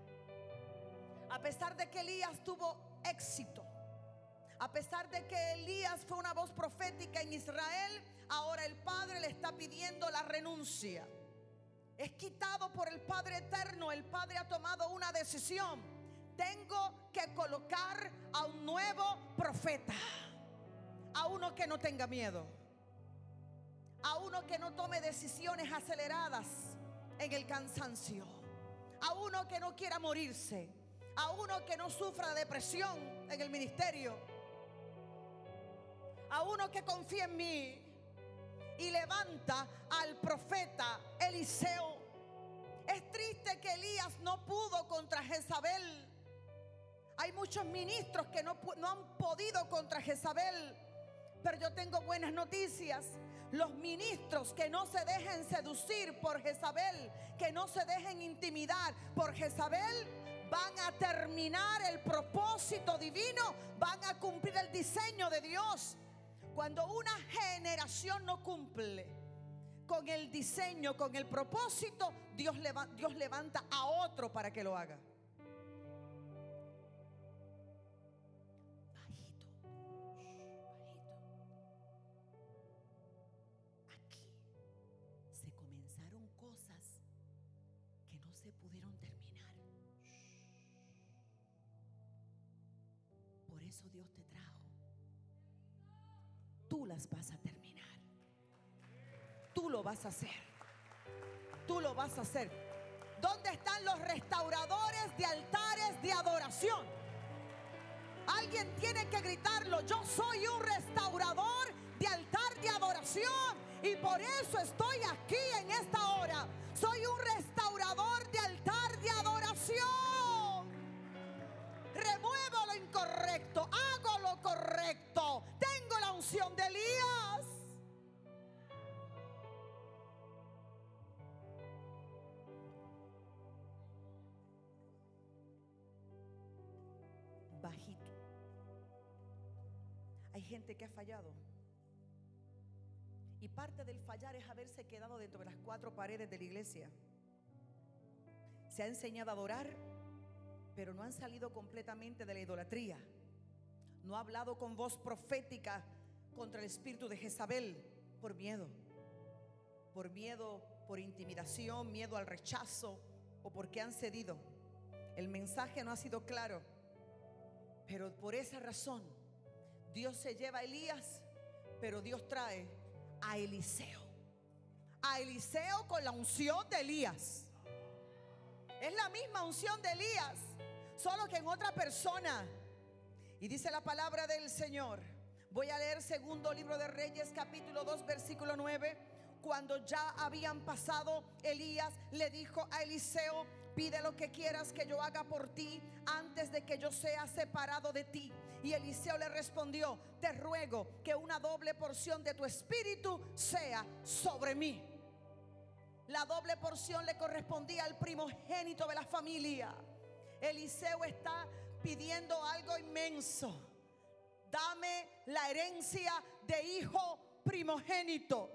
A pesar de que Elías tuvo éxito, a pesar de que Elías fue una voz profética en Israel, ahora el Padre le está pidiendo la renuncia. Es quitado por el Padre eterno. El Padre ha tomado una decisión: tengo que colocar a un nuevo profeta, a uno que no tenga miedo, a uno que no tome decisiones aceleradas en el cansancio, a uno que no quiera morirse, a uno que no sufra depresión en el ministerio, a uno que confía en mí. Y levanta al profeta Eliseo. Es triste que Elías no pudo contra Jezabel. Hay muchos ministros que no han podido contra Jezabel. Pero yo tengo buenas noticias. Los ministros que no se dejen seducir por Jezabel, que no se dejen intimidar por Jezabel, van a terminar el propósito divino, van a cumplir el diseño de Dios. Cuando una generación no cumple con el diseño, con el propósito, Dios levanta a otro para que lo haga. Bajito, bajito. Aquí se comenzaron cosas que no se pudieron terminar. Por eso Dios te trajo. Tú las vas a terminar. Tú lo vas a hacer. Tú lo vas a hacer. ¿Dónde están los restauradores de altares de adoración? Alguien tiene que gritarlo. Yo soy un restaurador de altar de adoración y por eso estoy aquí en esta hora. Soy un restaurador de altar de adoración. Remuevo lo incorrecto, hago lo correcto. Tengo la unción de Elías. Bajito. Hay gente que ha fallado. Y parte del fallar es haberse quedado dentro de las cuatro paredes de la iglesia. Se ha enseñado a adorar, pero no han salido completamente de la idolatría. No ha hablado con voz profética contra el espíritu de Jezabel por miedo. Por miedo, por intimidación, miedo al rechazo o porque han cedido. El mensaje no ha sido claro. Pero por esa razón Dios se lleva a Elías, pero Dios trae a Eliseo. A Eliseo con la unción de Elías. Es la misma unción de Elías, solo que en otra persona. Y dice la palabra del Señor. Voy a leer segundo libro de Reyes, capítulo 2, versículo 9. Cuando ya habían pasado, Elías le dijo a Eliseo: pide lo que quieras que yo haga por ti antes de que yo sea separado de ti. Y Eliseo le respondió: te ruego que una doble porción de tu espíritu sea sobre mí. La doble porción le correspondía al primogénito de la familia. Eliseo está pidiendo algo inmenso. Dame la herencia de hijo primogénito.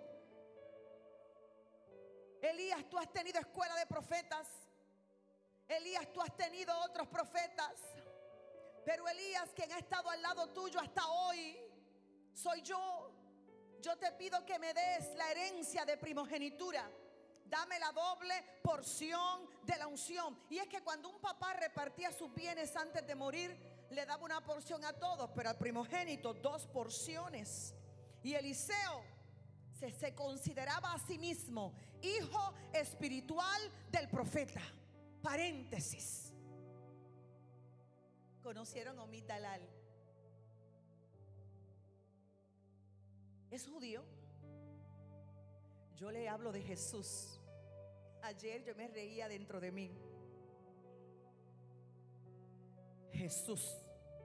Elías, tú has tenido escuela de profetas. Elías, tú has tenido otros profetas. Pero Elías, quien ha estado al lado tuyo hasta hoy, soy yo. Yo te pido que me des la herencia de primogenitura. Dame la doble porción de la unción. Y es que cuando un papá repartía sus bienes antes de morir, le daba una porción a todos, pero al primogénito 2 porciones. Y Eliseo se consideraba a sí mismo hijo espiritual del profeta. Paréntesis. ¿Conocieron a Omid Dalal? ¿Es judío? Yo le hablo de Jesús. Ayer yo me reía dentro de mí. Jesús,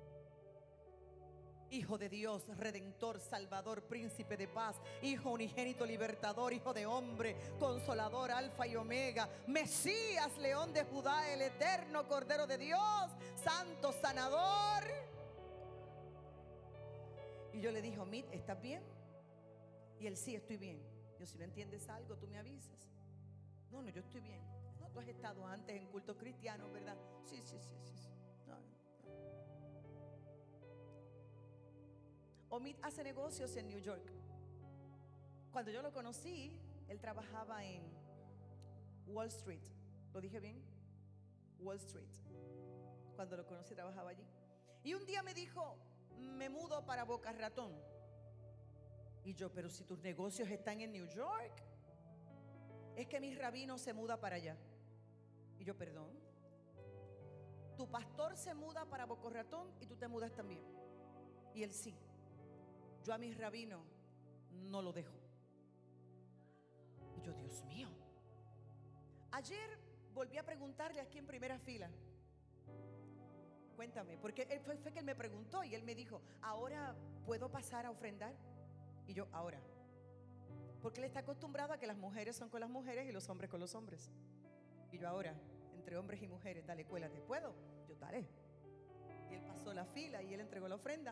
Hijo de Dios, Redentor, Salvador, Príncipe de paz, Hijo unigénito, Libertador, Hijo de hombre, Consolador, Alfa y Omega, Mesías, León de Judá, el eterno Cordero de Dios, Santo, Sanador. Y yo le dije: Omid, ¿estás bien? Y él: sí, estoy bien. Yo: si no entiendes algo, tú me avisas. No, yo estoy bien. No, tú has estado antes en cultos cristianos, ¿verdad? Sí. No. Omid hace negocios en New York. Cuando yo lo conocí, él trabajaba en Wall Street. ¿Lo dije bien? Wall Street. Cuando lo conocí, trabajaba allí. Y un día me dijo: me mudo para Boca Ratón. Y yo: pero si tus negocios están en New York. Es que mi rabino se muda para allá. Y yo: perdón. Tu pastor se muda para Boca Ratón y tú te mudas también. Y él: sí. Yo a mi rabino no lo dejo. Y yo: Dios mío. Ayer volví a preguntarle aquí en primera fila: cuéntame, porque él fue que él me preguntó y él me dijo: ¿ahora puedo pasar a ofrendar? Y yo: ahora. Porque él está acostumbrado a que las mujeres son con las mujeres y los hombres con los hombres. Y yo: ahora, entre hombres y mujeres, dale, cuélate. ¿Puedo? Yo: dale. Y él pasó la fila y él entregó la ofrenda.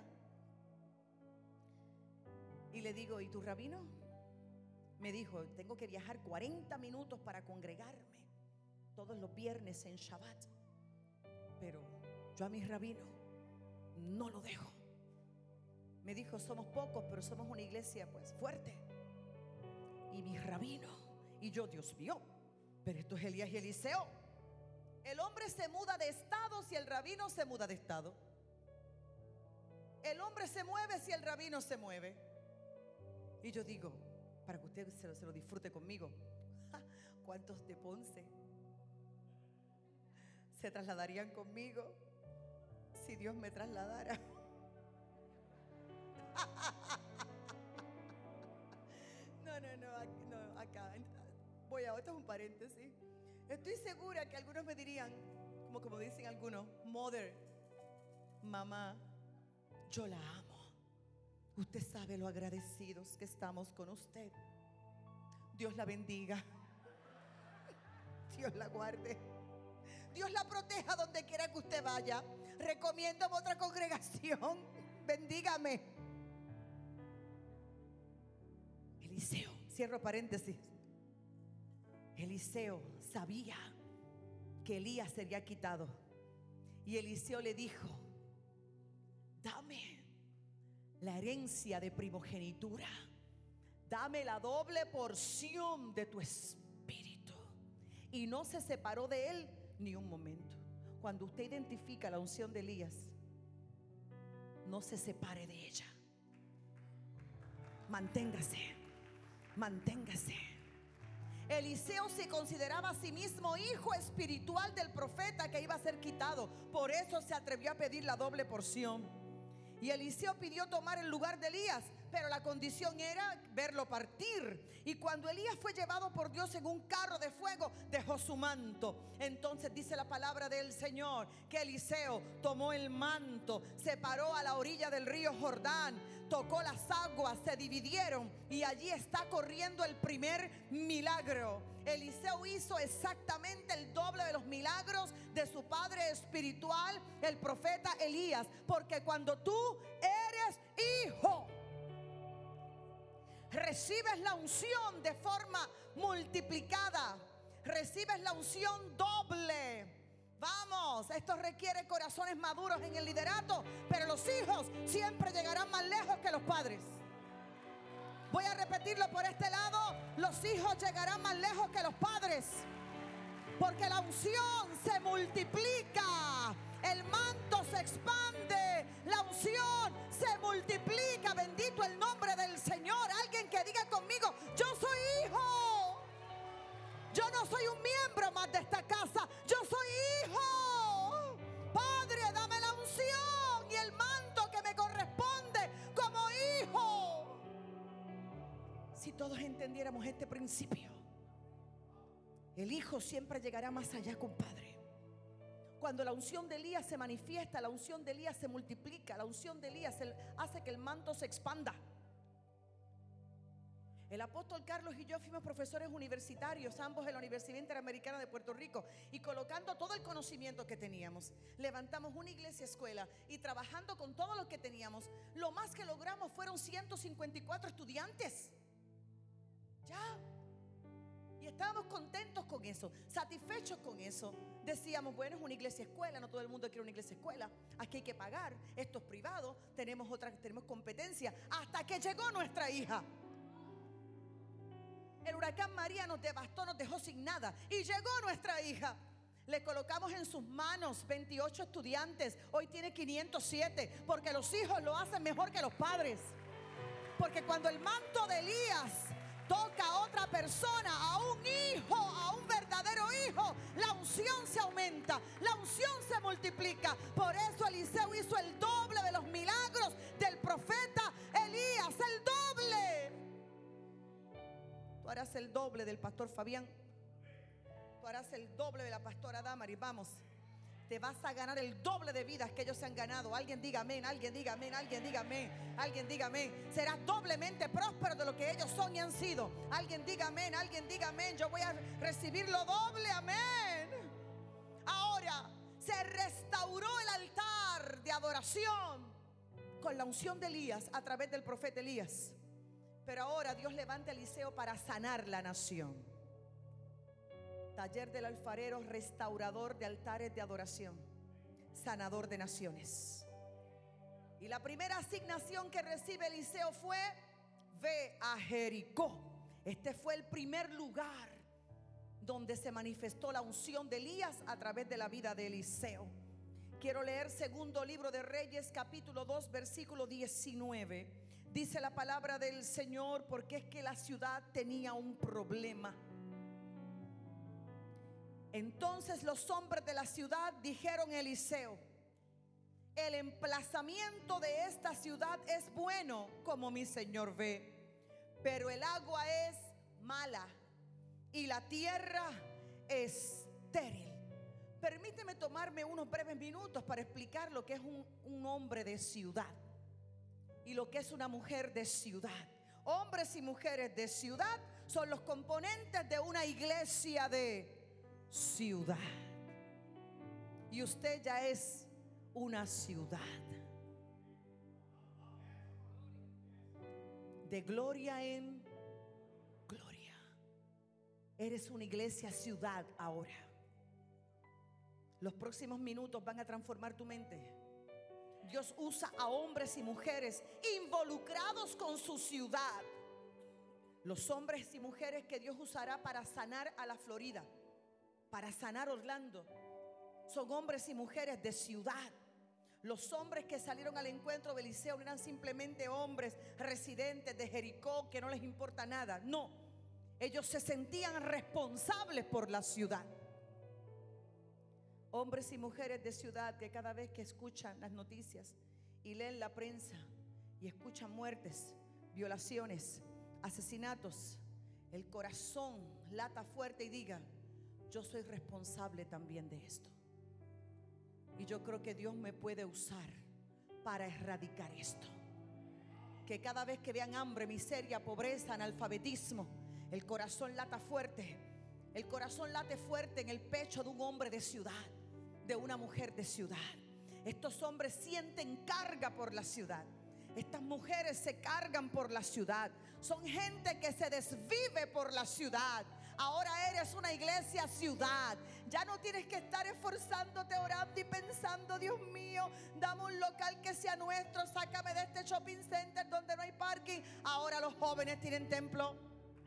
Y le digo: ¿y tu rabino? Me dijo: tengo que viajar 40 minutos para congregarme todos los viernes en Shabbat. Pero yo a mi rabino no lo dejo. Me dijo: somos pocos, pero somos una iglesia pues fuerte. Y mi rabino. Y yo: Dios mío, pero esto es Elías y Eliseo. El hombre se muda de estado si el rabino se muda de estado. el hombre se mueve si el rabino se mueve. Y yo digo, para que usted se lo disfrute conmigo, ¿cuántos de Ponce se trasladarían conmigo si Dios me trasladara? No, acá. Esto es un paréntesis. Estoy segura que algunos me dirían, como dicen algunos, mother, mamá, yo la amo. Usted sabe lo agradecidos que estamos con usted. Dios la bendiga. Dios la guarde. Dios la proteja donde quiera que usted vaya. Recomiendo otra congregación. Bendígame. Eliseo, cierro paréntesis. Eliseo sabía que Elías sería quitado. Y Eliseo le dijo: dame la herencia de primogenitura. Dame la doble porción de tu espíritu. Y no se separó de él ni un momento. Cuando usted identifica la unción de Elías, no se separe de ella. Manténgase. Eliseo se consideraba a sí mismo hijo espiritual del profeta que iba a ser quitado. Por eso se atrevió a pedir la doble porción. Y Eliseo pidió tomar el lugar de Elías, pero la condición era verlo partir. Y cuando Elías fue llevado por Dios en un carro de fuego, dejó su manto. Entonces dice la palabra del Señor que Eliseo tomó el manto, se paró a la orilla del río Jordán, tocó las aguas, se dividieron y allí está corriendo el primer milagro. Eliseo hizo exactamente el doble de los milagros de su padre espiritual, el profeta Elías. Porque cuando tú eres hijo, recibes la unción de forma multiplicada, recibes la unción doble. Vamos, esto requiere corazones maduros en el liderato, pero los hijos siempre llegarán más lejos que los padres. Voy a repetirlo por este lado: los hijos llegarán más lejos que los padres, porque la unción se multiplica, el manto se expande, la unción se multiplica. Bendito el nombre del Señor. Alguien que diga conmigo: yo soy hijo. Yo no soy un miembro más de esta casa, yo soy hijo. Padre, dame la unción y el manto que me corresponde como hijo. Si todos entendiéramos este principio, el hijo siempre llegará más allá, compadre. Cuando la unción de Elías se manifiesta, la unción de Elías se multiplica, la unción de Elías hace que el manto se expanda. El apóstol Carlos y yo fuimos profesores universitarios, ambos en la Universidad Interamericana de Puerto Rico, y colocando todo el conocimiento que teníamos, levantamos una iglesia escuela y trabajando con todo lo que teníamos, lo más que logramos fueron 154 estudiantes. Ya. Y estábamos contentos con eso, satisfechos con eso. Decíamos, bueno, es una iglesia escuela, no todo el mundo quiere una iglesia escuela, aquí hay que pagar, esto es privado, tenemos competencia, hasta que llegó nuestra hija. El huracán María nos devastó, nos dejó sin nada, y llegó nuestra hija. Le colocamos en sus manos 28 estudiantes, hoy tiene 507, porque los hijos lo hacen mejor que los padres. Porque cuando el manto de Elías toca a otra persona, a un hijo, a un verdadero hijo, la unción se aumenta, la unción se multiplica. Por eso Eliseo hizo el doble de los milagros del profeta Elías, el doble. Tú harás el doble del pastor Fabián, tú harás el doble de la pastora Damaris. Vamos, te vas a ganar el doble de vidas que ellos se han ganado. Alguien diga amén, alguien diga amén, alguien diga amén, alguien diga amén. Serás doblemente próspero de lo que ellos son y han sido. Alguien diga amén, alguien diga amén. Yo voy a recibir lo doble, amén. Ahora se restauró el altar de adoración con la unción de Elías a través del profeta Elías. Pero ahora Dios levanta a Eliseo para sanar la nación. Taller del alfarero, restaurador de altares de adoración, sanador de naciones. Y la primera asignación que recibe Eliseo fue: ve a Jericó. Este fue el primer lugar donde se manifestó la unción de Elías a través de la vida de Eliseo. Quiero leer segundo libro de Reyes, capítulo 2, versículo 19. Dice la palabra del Señor, porque es que la ciudad tenía un problema. Entonces los hombres de la ciudad dijeron a Eliseo: el emplazamiento de esta ciudad es bueno, como mi señor ve, pero el agua es mala y la tierra es estéril. Permíteme tomarme unos breves minutos para explicar lo que es un hombre de ciudad y lo que es una mujer de ciudad. Hombres y mujeres de ciudad son los componentes de una iglesia de ciudad. Y usted ya es una ciudad de gloria en gloria. Eres una iglesia ciudad ahora. Los próximos minutos van a transformar tu mente. Dios usa a hombres y mujeres involucrados con su ciudad. Los hombres y mujeres que Dios usará para sanar a la Florida, para sanar Orlando, son hombres y mujeres de ciudad. Los hombres que salieron al encuentro de Eliseo no eran simplemente hombres residentes de Jericó que no les importa nada. No, ellos se sentían responsables por la ciudad. Hombres y mujeres de ciudad que cada vez que escuchan las noticias y leen la prensa y escuchan muertes, violaciones, asesinatos, el corazón lata fuerte y diga: yo soy responsable también de esto. Y yo creo que Dios me puede usar para erradicar esto. Que cada vez que vean hambre, miseria, pobreza, analfabetismo, el corazón lata fuerte. El corazón late fuerte en el pecho de un hombre de ciudad, de una mujer de ciudad. Estos hombres sienten carga por la ciudad. Estas mujeres se cargan por la ciudad. Son gente que se desvive por la ciudad. Ahora eres una iglesia ciudad. Ya no tienes que estar esforzándote, orando y pensando: Dios mío, dame un local que sea nuestro, sácame de este shopping center donde no hay parking. Ahora los jóvenes tienen templo.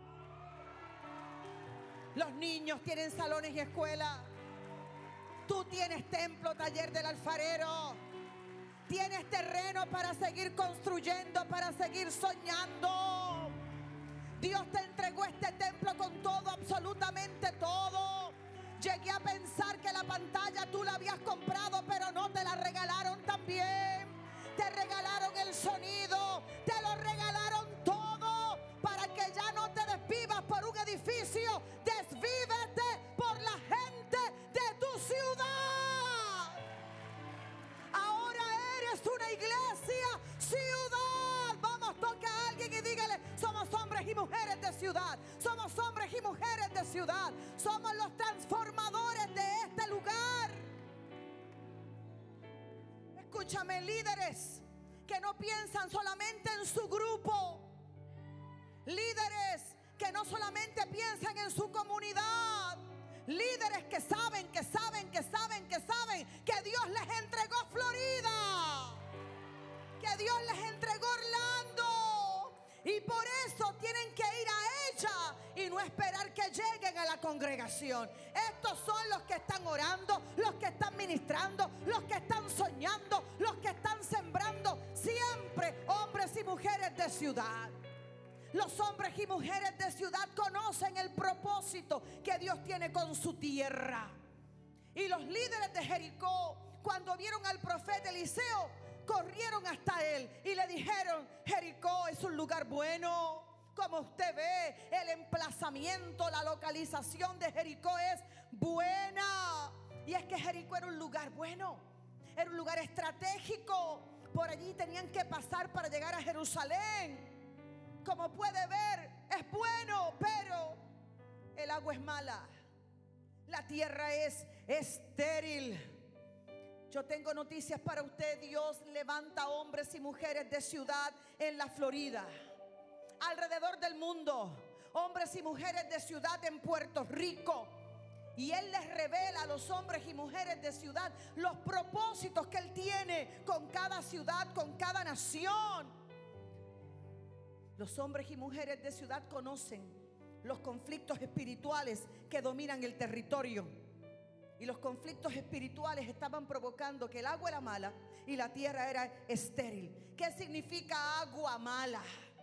Los niños tienen salones y escuelas. Tú tienes templo, taller del alfarero. Tienes terreno para seguir construyendo, para seguir soñando. Dios te entregó este templo con todo, absolutamente todo. Llegué a pensar que la pantalla tú la habías comprado, pero no, te la regalaron también. Te regalaron el sonido, te lo regalaron todo, para que ya no te desvivas por un edificio. Desvívete por la gente de tu ciudad. Ahora eres una iglesia ciudad. Vamos, toca a alguien y dígale: somos hombres y mujeres de ciudad. Somos hombres y mujeres de ciudad. Somos los transformadores de este lugar. Escúchame, líderes que no piensan solamente en su grupo. Líderes que no solamente piensan en su comunidad. Líderes que saben que Dios les entregó Florida, que Dios les entregó Orlando, y por eso tienen que ir a ella y no esperar que lleguen a la congregación. Estos son los que están orando, los que están ministrando, los que están soñando, los que están sembrando. Siempre hombres y mujeres de ciudad. Los hombres y mujeres de ciudad conocen el propósito que Dios tiene con su tierra. Y los líderes de Jericó, cuando vieron al profeta Eliseo, corrieron hasta él y le dijeron: Jericó es un lugar bueno. Como usted ve, el emplazamiento, la localización de Jericó es buena. Y es que Jericó era un lugar bueno, era un lugar estratégico. Por allí tenían que pasar para llegar a Jerusalén. Como puede ver, es bueno, pero el agua es mala. La tierra es estéril. Yo tengo noticias para usted. Dios levanta hombres y mujeres de ciudad en la Florida, alrededor del mundo. Hombres y mujeres de ciudad en Puerto Rico. Y Él les revela a los hombres y mujeres de ciudad los propósitos que Él tiene con cada ciudad, con cada nación. Los hombres y mujeres de ciudad conocen los conflictos espirituales que dominan el territorio. Y los conflictos espirituales estaban provocando que el agua era mala y la tierra era estéril. ¿Qué significa agua mala?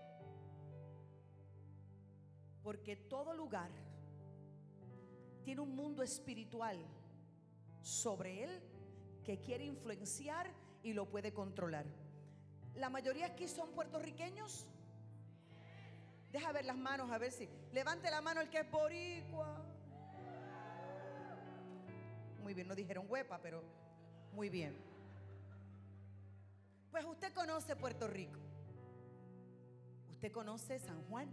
Porque todo lugar tiene un mundo espiritual sobre él que quiere influenciar y lo puede controlar. La mayoría aquí son puertorriqueños. Deja ver las manos, a ver si. Levante la mano el que es boricua. Muy bien, no dijeron huepa, pero muy bien. Pues usted conoce Puerto Rico. Usted conoce San Juan.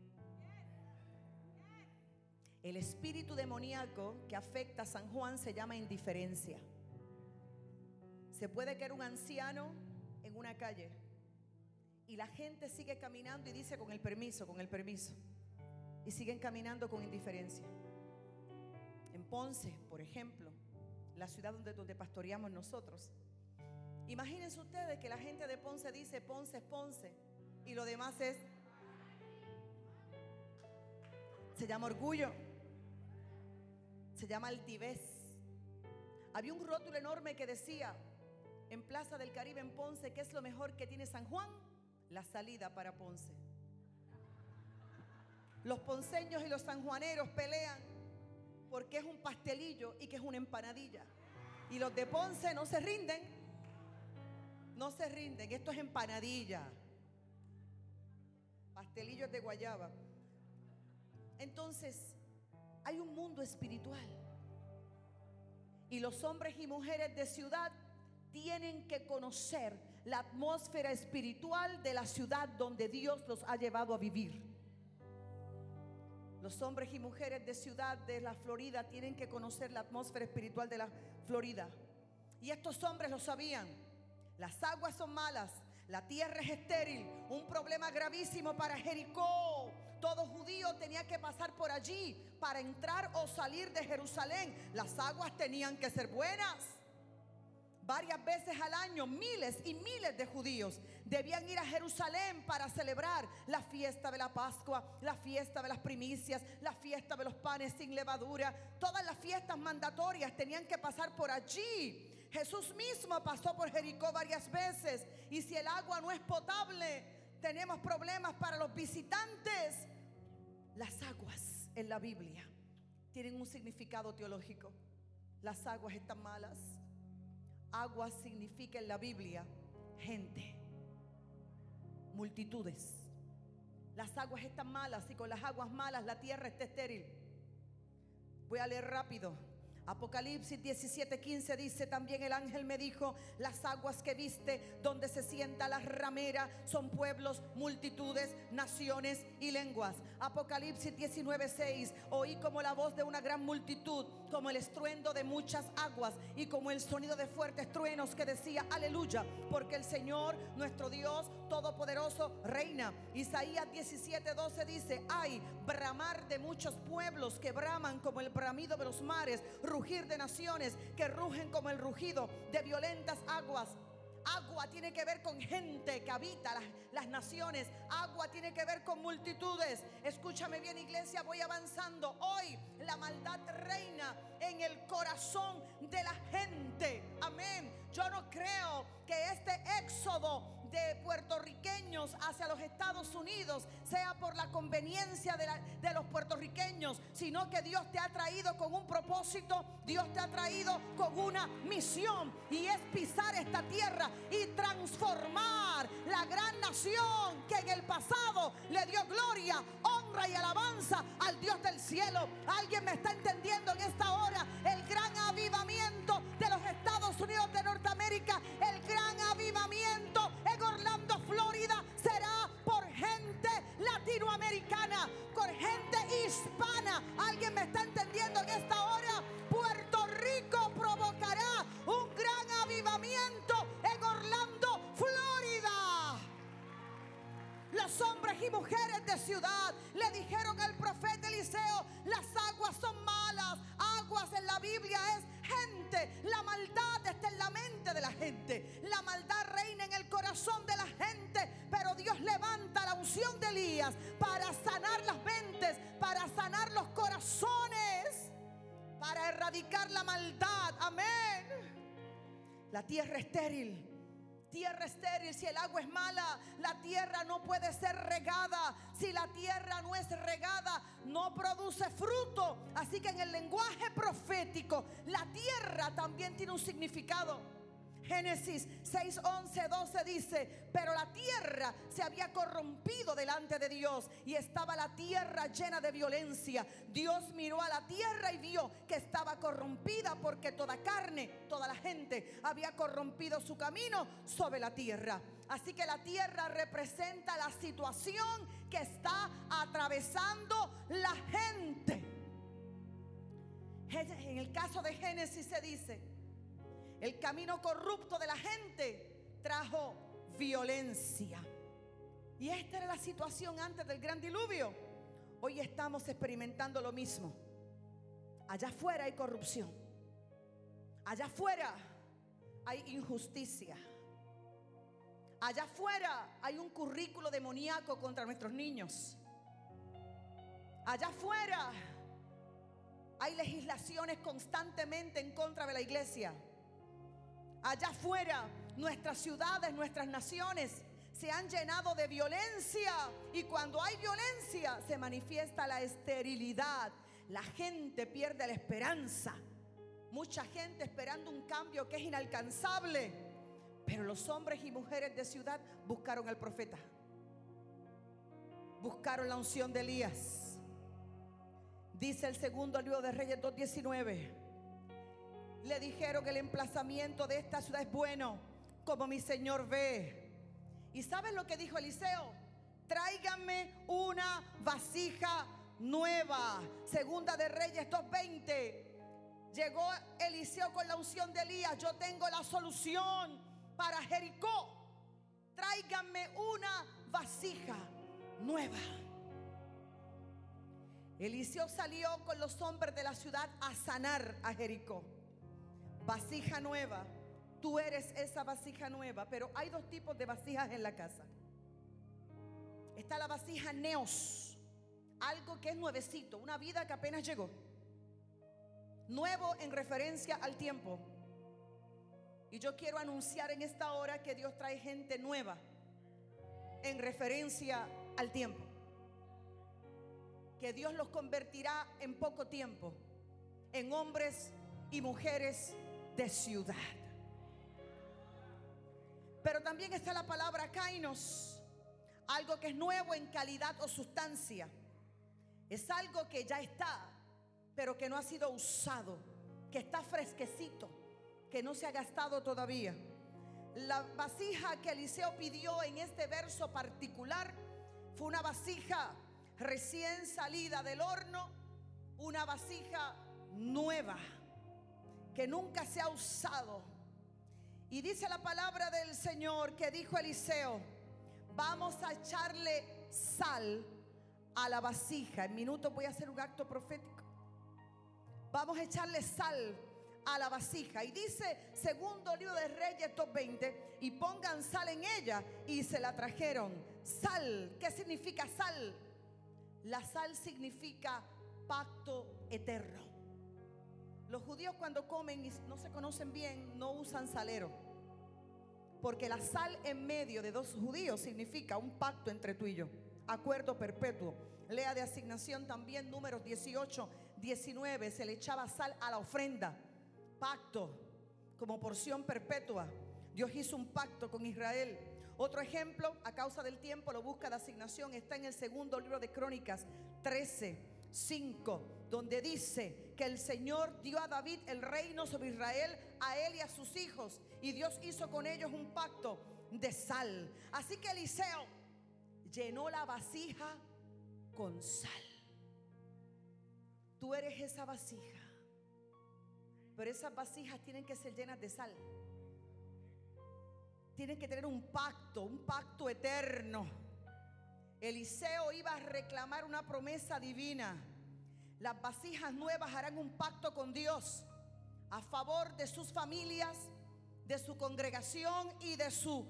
El espíritu demoníaco que afecta a San Juan se llama indiferencia. Se puede caer un anciano en una calle y la gente sigue caminando y dice con el permiso, y siguen caminando con indiferencia. En Ponce, por ejemplo, la ciudad donde pastoreamos nosotros, imagínense ustedes que la gente de Ponce dice Ponce es Ponce y lo demás se llama orgullo, se llama altivez. Había un rótulo enorme que decía en Plaza del Caribe en Ponce: ¿qué es lo mejor que tiene San Juan? La salida para Ponce. Los ponceños y los sanjuaneros pelean porque es un pastelillo y que es una empanadilla. Y los de Ponce no se rinden. No se rinden. Esto es empanadilla. Pastelillos de guayaba. Entonces, hay un mundo espiritual. Y los hombres y mujeres de ciudad tienen que conocer la atmósfera espiritual de la ciudad donde Dios los ha llevado a vivir. Los hombres y mujeres de ciudad de la Florida tienen que conocer la atmósfera espiritual de la Florida. Y estos hombres lo sabían. Las aguas son malas, la tierra es estéril, un problema gravísimo para Jericó. Todo judío tenía que pasar por allí para entrar o salir de Jerusalén. Las aguas tenían que ser buenas. Varias veces al año, miles y miles de judíos debían ir a Jerusalén para celebrar la fiesta de la Pascua, la fiesta de las primicias, la fiesta de los panes sin levadura. Todas las fiestas mandatorias tenían que pasar por allí. Jesús mismo pasó por Jericó varias veces. Y si el agua no es potable, tenemos problemas para los visitantes. Las aguas en la Biblia tienen un significado teológico. Las aguas están malas. Agua significa en la Biblia gente, multitudes. Las aguas están malas y con las aguas malas la tierra está estéril. Voy a leer rápido. Apocalipsis 17:15 dice: también el ángel me dijo: las aguas que viste donde se sienta la ramera son pueblos, multitudes, naciones y lenguas. Apocalipsis 19:6: oí como la voz de una gran multitud, como el estruendo de muchas aguas y como el sonido de fuertes truenos, que decía: aleluya, porque el Señor nuestro Dios todopoderoso reina. Isaías 17:12 dice: ay, bramar de muchos pueblos que braman como el bramido de los mares, rugir de naciones que rugen como el rugido de violentas aguas. Agua tiene que ver con gente que habita las naciones. Agua tiene que ver con multitudes. Escúchame bien, iglesia, voy avanzando. Hoy la maldad reina en el corazón de la gente. Amén. Yo no creo que este éxodo de puertorriqueños hacia los Estados Unidos sea por la conveniencia de los puertorriqueños, sino que Dios te ha traído con un propósito. Dios te ha traído con una misión, y es pisar esta tierra y transformar la gran nación que en el pasado le dio gloria, honra y alabanza al Dios del cielo. ¿Alguien me está entendiendo en esta hora? El gran avivamiento de los Estados Unidos de Norteamérica, el gran avivamiento en Orlando, Florida, será por gente latinoamericana, por gente hispana. ¿Alguien me está entendiendo en esta hora? Puerto Rico provocará un gran avivamiento en Orlando, Florida. Los hombres y mujeres de ciudad le dijeron al profeta Eliseo: las aguas son malas. Aguas en la Biblia es gente. La maldad está en la mente de la gente. La maldad reina en el corazón de la gente. Pero Dios levanta la unción de Elías para sanar las mentes, para sanar los corazones, para erradicar la maldad. Amén. La tierra estéril. Tierra estéril. Si el agua es mala, la tierra no puede ser regada. Si la tierra no es regada, no produce fruto. Así que en el lenguaje profético, la tierra también tiene un significado. Génesis 6, 11, 12 dice: pero la tierra se había corrompido delante de Dios y estaba la tierra llena de violencia. Dios miró a la tierra y vio que estaba corrompida, porque toda carne, toda la gente había corrompido su camino sobre la tierra. Así que la tierra representa la situación que está atravesando la gente. En el caso de Génesis se dice: el camino corrupto de la gente trajo violencia. Y esta era la situación antes del gran diluvio. Hoy estamos experimentando lo mismo. Allá afuera hay corrupción. Allá afuera hay injusticia. Allá afuera hay un currículo demoníaco contra nuestros niños. Allá afuera hay legislaciones constantemente en contra de la iglesia. Allá afuera, nuestras ciudades, nuestras naciones se han llenado de violencia. Y cuando hay violencia, se manifiesta la esterilidad. La gente pierde la esperanza. Mucha gente esperando un cambio que es inalcanzable. Pero los hombres y mujeres de ciudad buscaron al profeta. Buscaron la unción de Elías. Dice el segundo libro de Reyes 2:19. Le dijeron: el emplazamiento de esta ciudad es bueno, como mi señor ve. ¿Y saben lo que dijo Eliseo? Tráiganme una vasija nueva. Segunda de Reyes 2:20. Llegó Eliseo con la unción de Elías: yo tengo la solución para Jericó. Tráiganme una vasija nueva. Eliseo salió con los hombres de la ciudad a sanar a Jericó. Vasija nueva. Tú eres esa vasija nueva. Pero hay dos tipos de vasijas en la casa. Está la vasija neos, algo que es nuevecito, una vida que apenas llegó. Nuevo en referencia al tiempo. Y yo quiero anunciar en esta hora que Dios trae gente nueva en referencia al tiempo. Que Dios los convertirá en poco tiempo en hombres y mujeres de ciudad. Pero también está la palabra kainos, algo que es nuevo en calidad o sustancia. Es algo que ya está, pero que no ha sido usado, que está fresquecito, que no se ha gastado todavía. La vasija que Eliseo pidió en este verso particular fue una vasija recién salida del horno, una vasija nueva que nunca se ha usado. Y dice la palabra del Señor que dijo Eliseo: vamos a echarle sal a la vasija. En minutos voy a hacer un acto profético. Vamos a echarle sal a la vasija. Y dice segundo libro de Reyes 2:20: y pongan sal en ella. Y se la trajeron. Sal, ¿qué significa sal? La sal significa pacto eterno. Los judíos, cuando comen y no se conocen bien, no usan salero, porque la sal en medio de dos judíos significa un pacto entre tú y yo, acuerdo perpetuo. Lea de asignación también Números 18, 19. Se le echaba sal a la ofrenda. Pacto como porción perpetua. Dios hizo un pacto con Israel. Otro ejemplo, a causa del tiempo, lo busca de asignación, está en el segundo libro de Crónicas 13:5, donde dice que el Señor dio a David el reino sobre Israel, a él y a sus hijos, y Dios hizo con ellos un pacto de sal. Así que Eliseo llenó la vasija con sal. Tú eres esa vasija, pero esas vasijas tienen que ser llenas de sal. Tienen que tener un pacto eterno. Eliseo iba a reclamar una promesa divina. Las vasijas nuevas harán un pacto con Dios a favor de sus familias, de su congregación y de su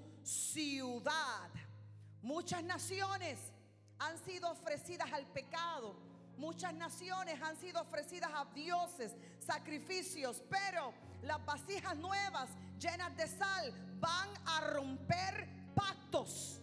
ciudad. Muchas naciones han sido ofrecidas al pecado, Muchas naciones han sido ofrecidas a dioses, sacrificios, pero las vasijas nuevas llenas de sal van a romper pactos.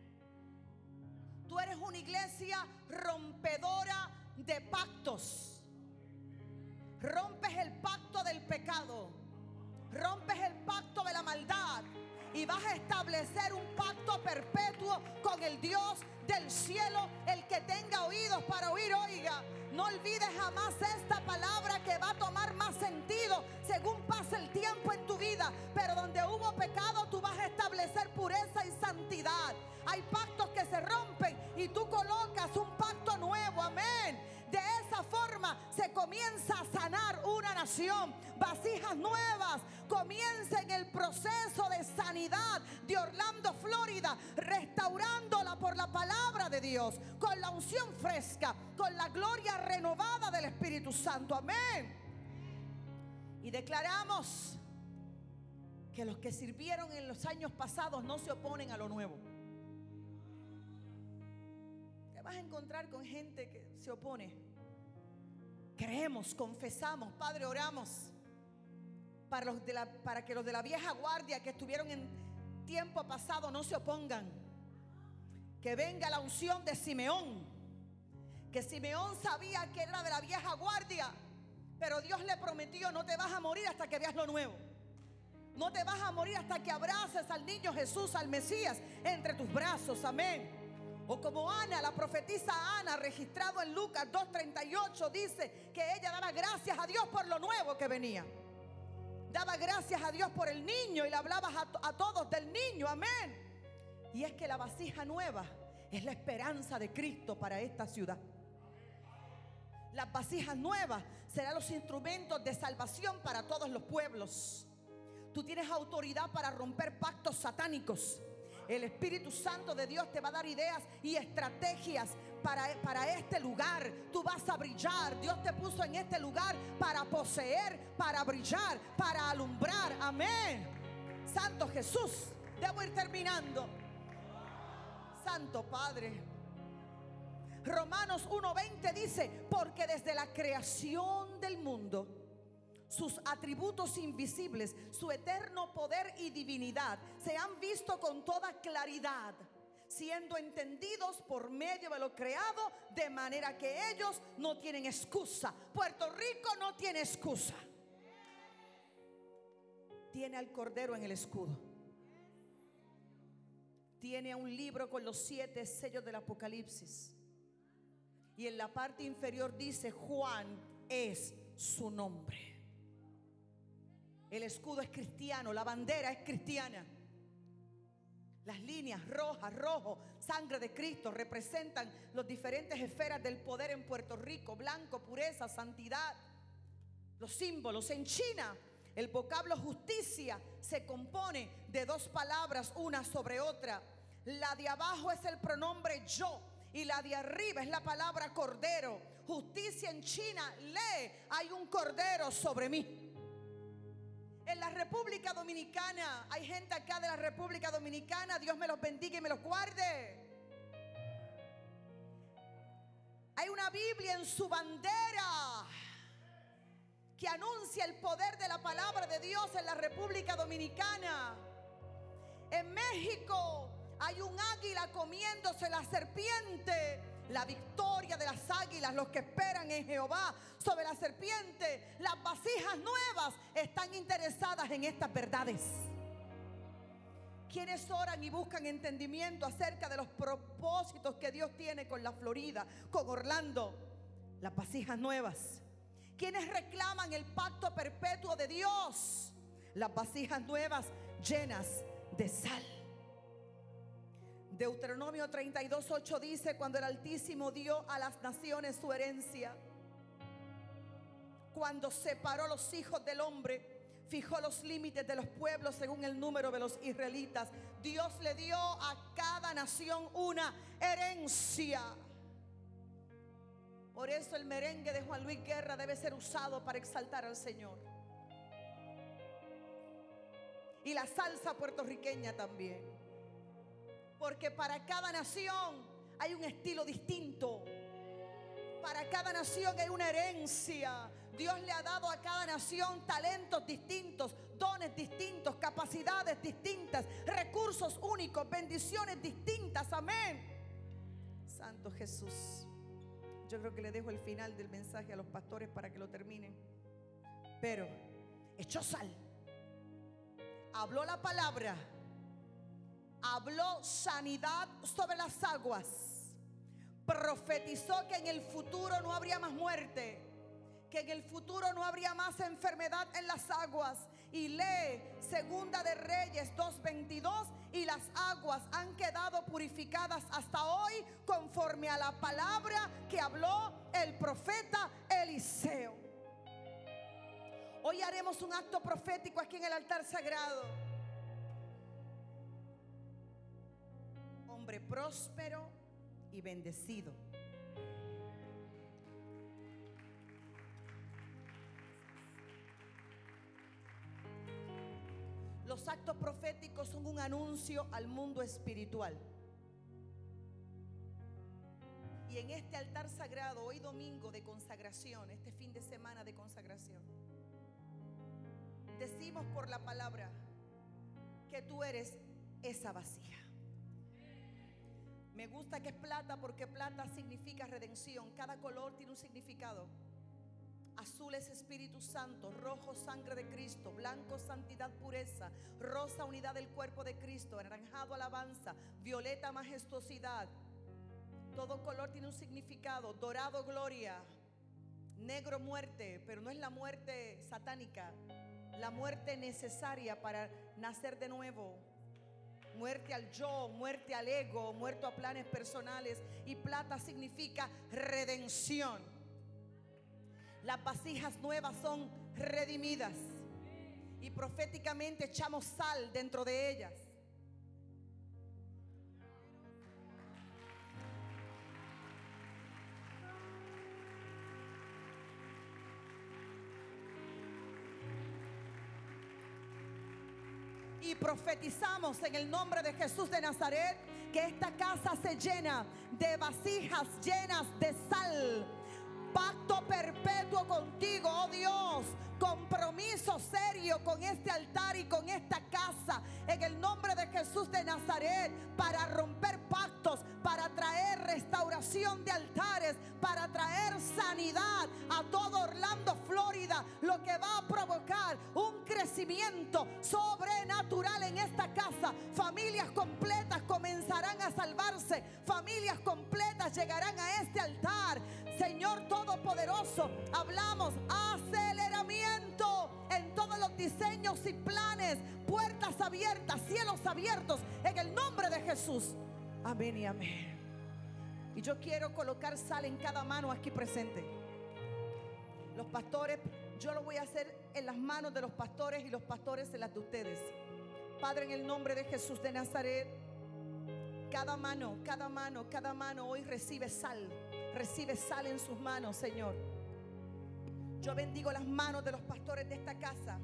Tú eres una iglesia rompedora de pactos. Rompes el pacto del pecado, rompes el pacto de la maldad y vas a establecer un pacto perpetuo con el Dios del cielo. El que tenga oídos para oír, oiga. No olvides jamás esta palabra, que va a tomar más sentido según pase el tiempo en tu vida. Pero donde hubo pecado, tú vas a establecer pureza y santidad. Hay pactos que se rompen y tú colocas un pacto nuevo. Amén. De esa forma se comienza a sanar una nación. Vasijas nuevas. Comienza en el proceso de sanidad de Orlando, Florida, restaurándola por la palabra de Dios, con la unción fresca, con la gloria renovada del Espíritu Santo. Amén. Y declaramos que los que sirvieron en los años pasados no se oponen a lo nuevo. Te vas a encontrar con gente que se opone. Creemos, confesamos, Padre, oramos para que los de la vieja guardia que estuvieron en tiempo pasado no se opongan. Que venga la unción de Simeón. Que Simeón sabía que era de la vieja guardia, pero Dios le prometió: no te vas a morir hasta que veas lo nuevo. No te vas a morir hasta que abraces al niño Jesús, al Mesías, entre tus brazos. Amén. O como Ana, la profetisa Ana, registrado en Lucas 2:38, dice que ella daba gracias a Dios por lo nuevo que venía. Daba gracias a Dios por el niño y le hablaba a todos del niño. Amén. Y es que la vasija nueva es la esperanza de Cristo para esta ciudad. Las vasijas nuevas serán los instrumentos de salvación para todos los pueblos. Tú tienes autoridad para romper pactos satánicos. El Espíritu Santo de Dios te va a dar ideas y estrategias para este lugar. Tú vas a brillar. Dios te puso en este lugar para poseer, para brillar, para alumbrar. Amén. Santo Jesús. Debo ir terminando. Santo Padre. Romanos 1:20 dice: porque desde la creación del mundo, sus atributos invisibles, su eterno poder y divinidad se han visto con toda claridad, siendo entendidos por medio de lo creado, de manera que ellos no tienen excusa. Puerto Rico no tiene excusa. Tiene al Cordero en el escudo. Tiene un libro con los 7 sellos del Apocalipsis. Y en la parte inferior dice: Juan es su nombre. El escudo es cristiano, la bandera es cristiana. Las líneas rojas, rojo, sangre de Cristo representan las diferentes esferas del poder en Puerto Rico: blanco, pureza, santidad. Los símbolos en China, el vocablo justicia se compone de 2 palabras, una sobre otra. La de abajo es el pronombre yo y la de arriba es la palabra cordero. Justicia en China, lee: hay un cordero sobre mí. En la República Dominicana, hay gente acá de la República Dominicana, Dios me los bendiga y me los guarde. Hay una Biblia en su bandera que anuncia el poder de la palabra de Dios en la República Dominicana. En México hay un águila comiéndose la serpiente. La victoria de las águilas, los que esperan en Jehová, sobre la serpiente. Las vasijas nuevas están interesadas en estas verdades. Quienes oran y buscan entendimiento acerca de los propósitos que Dios tiene con la Florida, con Orlando. Las vasijas nuevas. Quienes reclaman el pacto perpetuo de Dios. Las vasijas nuevas llenas de sal. Deuteronomio 32:8 dice: cuando el Altísimo dio a las naciones su herencia, cuando separó los hijos del hombre, fijó los límites de los pueblos según el número de los israelitas. Dios le dio a cada nación una herencia. Por eso el merengue de Juan Luis Guerra debe ser usado para exaltar al Señor. Y la salsa puertorriqueña también. Porque para cada nación hay un estilo distinto. Para cada nación hay una herencia. Dios le ha dado a cada nación talentos distintos, dones distintos, capacidades distintas, recursos únicos, bendiciones distintas. Amén. Santo Jesús. Yo creo que le dejo el final del mensaje a los pastores para que lo terminen. Pero echó sal, habló la palabra, habló sanidad sobre las aguas, profetizó que en el futuro no habría más muerte, que en el futuro no habría más enfermedad en las aguas. Y lee Segunda de Reyes 2:22, y las aguas han quedado purificadas hasta hoy conforme a la palabra que habló el profeta Eliseo. Hoy haremos un acto profético aquí en el altar sagrado. Hombre próspero y bendecido. Los actos proféticos son un anuncio al mundo espiritual. Y en este altar sagrado, hoy domingo de consagración, este fin de semana de consagración, decimos por la palabra que tú eres esa vasija. Me gusta que es plata porque plata significa redención. Cada color tiene un significado. Azul es Espíritu Santo, rojo sangre de Cristo, blanco santidad, pureza, rosa unidad del cuerpo de Cristo, anaranjado alabanza, violeta majestuosidad. Todo color tiene un significado. Dorado gloria, negro muerte, pero no es la muerte satánica, la muerte necesaria para nacer de nuevo. Muerte al yo, muerte al ego, muerto a planes personales. Y plata significa redención. Las vasijas nuevas son redimidas. Y proféticamente echamos sal dentro de ellas. Y profetizamos en el nombre de Jesús de Nazaret que esta casa se llena de vasijas llenas de sal. Pacto perpetuo contigo, oh Dios. Compromiso serio con este altar y con esta casa en el nombre de Jesús de Nazaret, para romper pactos, para traer restauración de altares, para traer sanidad a todo Orlando, Florida, lo que va a provocar un crecimiento sobrenatural en esta casa. Familias completas comenzarán a salvarse, familias completas llegarán a este altar. Señor Todopoderoso, hablamos aceleramiento en todos los diseños y planes, puertas abiertas, cielos abiertos, en el nombre de Jesús. Amén y amén. Y yo quiero colocar sal en cada mano aquí presente. Los pastores, yo lo voy a hacer en las manos de los pastores y los pastores en las de ustedes. Padre, en el nombre de Jesús de Nazaret, cada mano hoy recibe sal en sus manos, Señor. Yo bendigo las manos de los pastores de esta casa.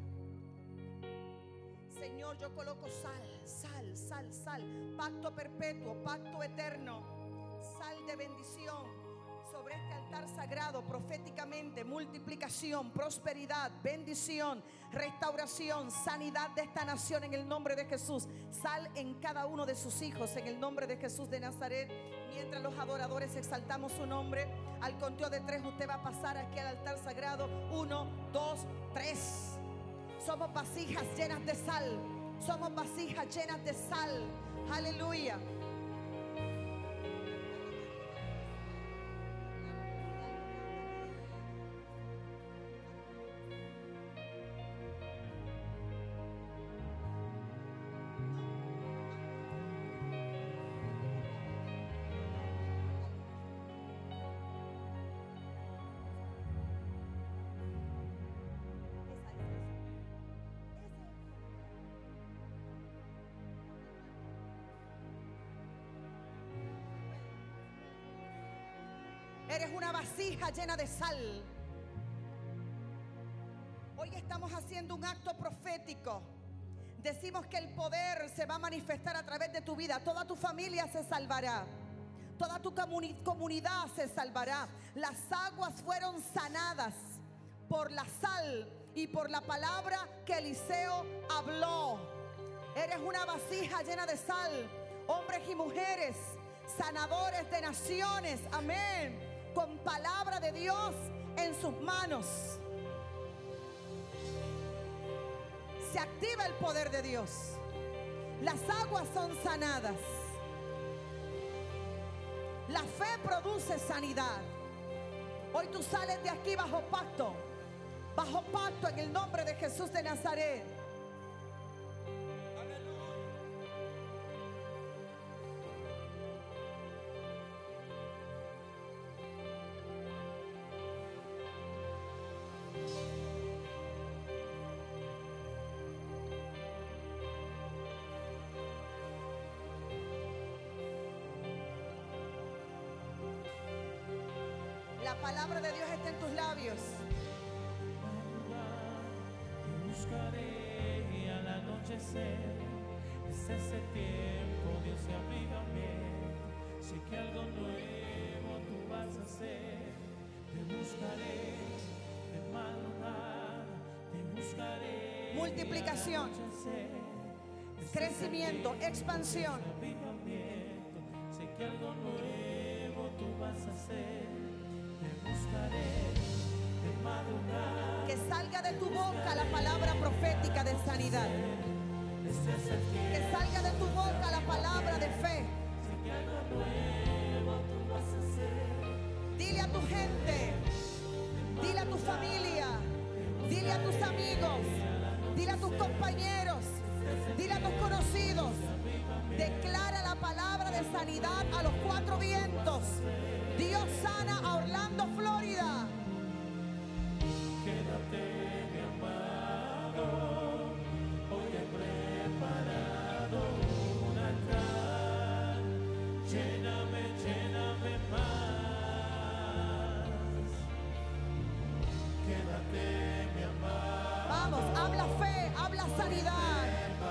Señor, yo coloco sal, pacto perpetuo, pacto eterno, sal de bendición sobre este altar sagrado, proféticamente, multiplicación, prosperidad, bendición, restauración, sanidad de esta nación en el nombre de Jesús. Sal en cada uno de sus hijos en el nombre de Jesús de Nazaret. Mientras los adoradores exaltamos su nombre, al conteo de 3 usted va a pasar aquí al altar sagrado. 1, 2, 3. Somos vasijas llenas de sal. Somos vasijas llenas de sal. Aleluya. Eres una vasija llena de sal. Hoy estamos haciendo un acto profético. Decimos que el poder se va a manifestar a través de tu vida. Toda tu familia se salvará. Toda tu comunidad se salvará. Las aguas fueron sanadas por la sal y por la palabra que Eliseo habló. Eres una vasija llena de sal, hombres y mujeres, sanadores de naciones, amén, con palabra de Dios en sus manos. Se activa el poder de Dios. Las aguas son sanadas. La fe produce sanidad. Hoy tú sales de aquí bajo pacto en el nombre de Jesús de Nazaret. La palabra de Dios está en tus labios. Te buscaré al anochecer. Es ese tiempo de ese avivamiento. Sé que algo nuevo tú vas a hacer. Te buscaré de madrugada. Te buscaré. Multiplicación, al anochecer. Es crecimiento, ese expansión. avivamiento. Sé que algo nuevo tú vas a hacer. Te buscaré de madrugada. Que salga de tu boca la palabra profética de sanidad. Que salga de tu boca la palabra de fe. Dile a tu gente, dile a tu familia, dile a tus amigos, dile a tus compañeros, dile a tus conocidos. Declara la palabra de sanidad a los cuatro vientos. Dios sana a Orlando, Florida. Quédate, mi amado, hoy he preparado un altar. Lléname, lléname más. Quédate, mi amado. Vamos, habla fe, habla sanidad.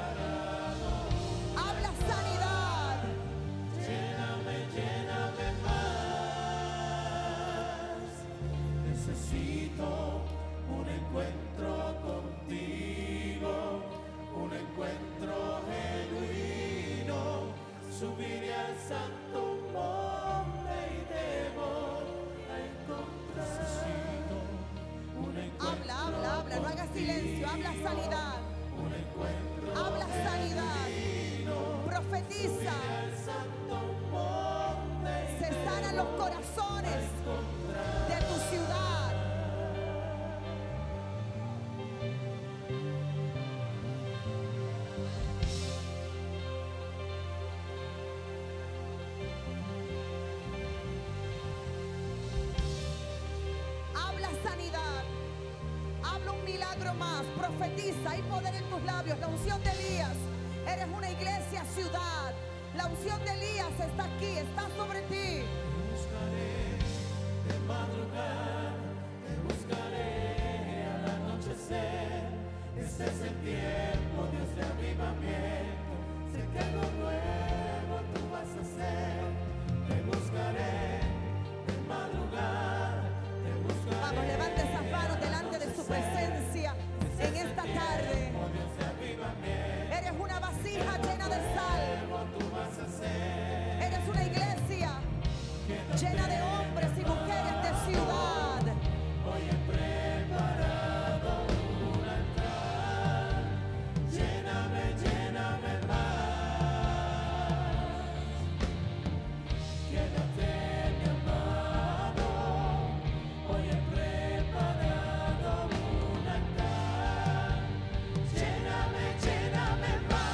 Habla sanidad. Lléname, lléname más. Necesito un encuentro contigo, un encuentro genuino. Subiré al santo monte y debo encontrar. Necesito un encuentro. Habla, no hagas silencio, habla sanidad. Un encuentro. Habla sanidad. Profetiza. Se sanan los corazones de tu ciudad. Habla sanidad. Habla un milagro más. Profetiza. Hay poder en tus labios. La unción de Elías. Eres una iglesia, ciudad. La unción de Elías está aquí, está sobre ti. Te buscaré de madrugada, te buscaré al anochecer. Este es el tiempo, Dios, de avivamiento. Sé que algo nuevo tú vas a hacer. Te buscaré de madrugada, te buscaré. Vamos, levante esas manos delante de su presencia en esta tarde. Dios de avivamiento. Eres una vasija llena de sal. Tú vas a hacer. Eres una iglesia llena de hombres y mujeres de ciudad. Hoy he preparado un altar. Lléname, lléname más. Quédate, mi amado. Hoy he preparado un altar. Lléname, lléname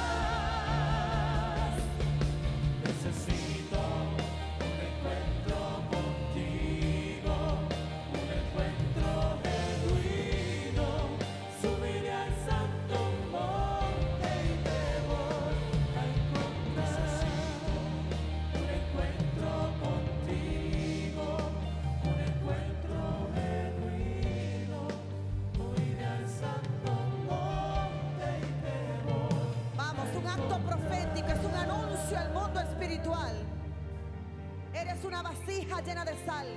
más. Necesito un encuentro contigo, un encuentro genuino. Subiré al santo monte y te voy a encontrar. Necesito un encuentro contigo, un encuentro genuino. Subiré al santo monte y te voy. Vamos, un acto profético, es un anuncio al mundo espiritual. Eres una vasija llena de sal.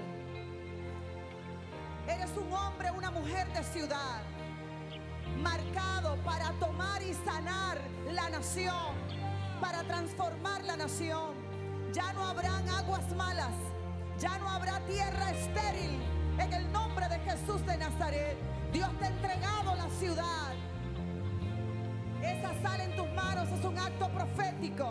Eres un hombre, una mujer de ciudad, marcado para tomar y sanar la nación, para transformar la nación. Ya no habrán aguas malas, ya no habrá tierra estéril. En el nombre de Jesús de Nazaret, Dios te ha entregado la ciudad. Esa sal en tus manos es un acto profético.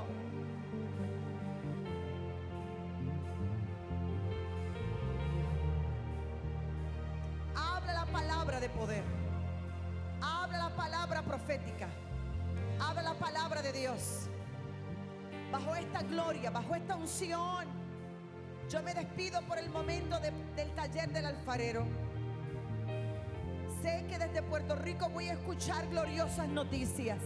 Habla la palabra de poder. Habla la palabra profética. Habla la palabra de Dios. Bajo esta gloria, bajo esta unción, yo me despido por el momento del taller del alfarero. Sé que desde Puerto Rico voy a escuchar gloriosas noticias.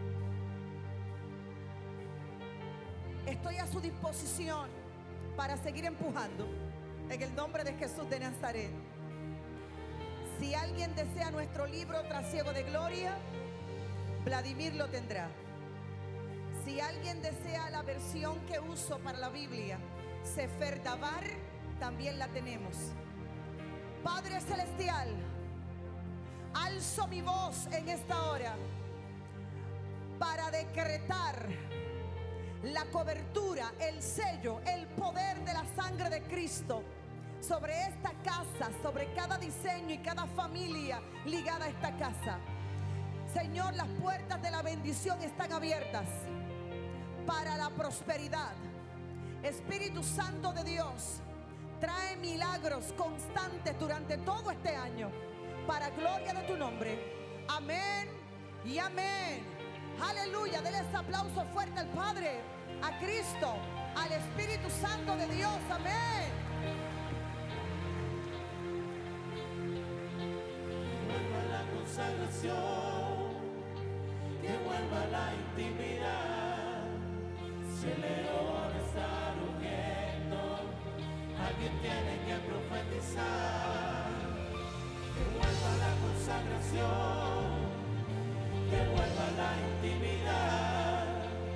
Estoy a su disposición para seguir empujando en el nombre de Jesús de Nazaret. Si alguien desea nuestro libro Trasiego de Gloria, Vladimir lo tendrá. Si alguien desea la versión que uso para la Biblia, Sefer Dabar, también la tenemos. Padre Celestial, alzo mi voz en esta hora para decretar la cobertura, el sello, el poder de la sangre de Cristo sobre esta casa, sobre cada diseño y cada familia ligada a esta casa. Señor, las puertas de la bendición están abiertas para la prosperidad. Espíritu Santo de Dios, trae milagros constantes durante todo este año, para gloria de tu nombre. Amén y amén. Aleluya. Denle ese aplauso fuerte al Padre, a Cristo, al Espíritu Santo de Dios. Amén. Que vuelva la consagración, que vuelva la intimidad. Si el león está rugiendo, alguien tiene que profetizar. Que vuelva la consagración, que vuelva la intimidad.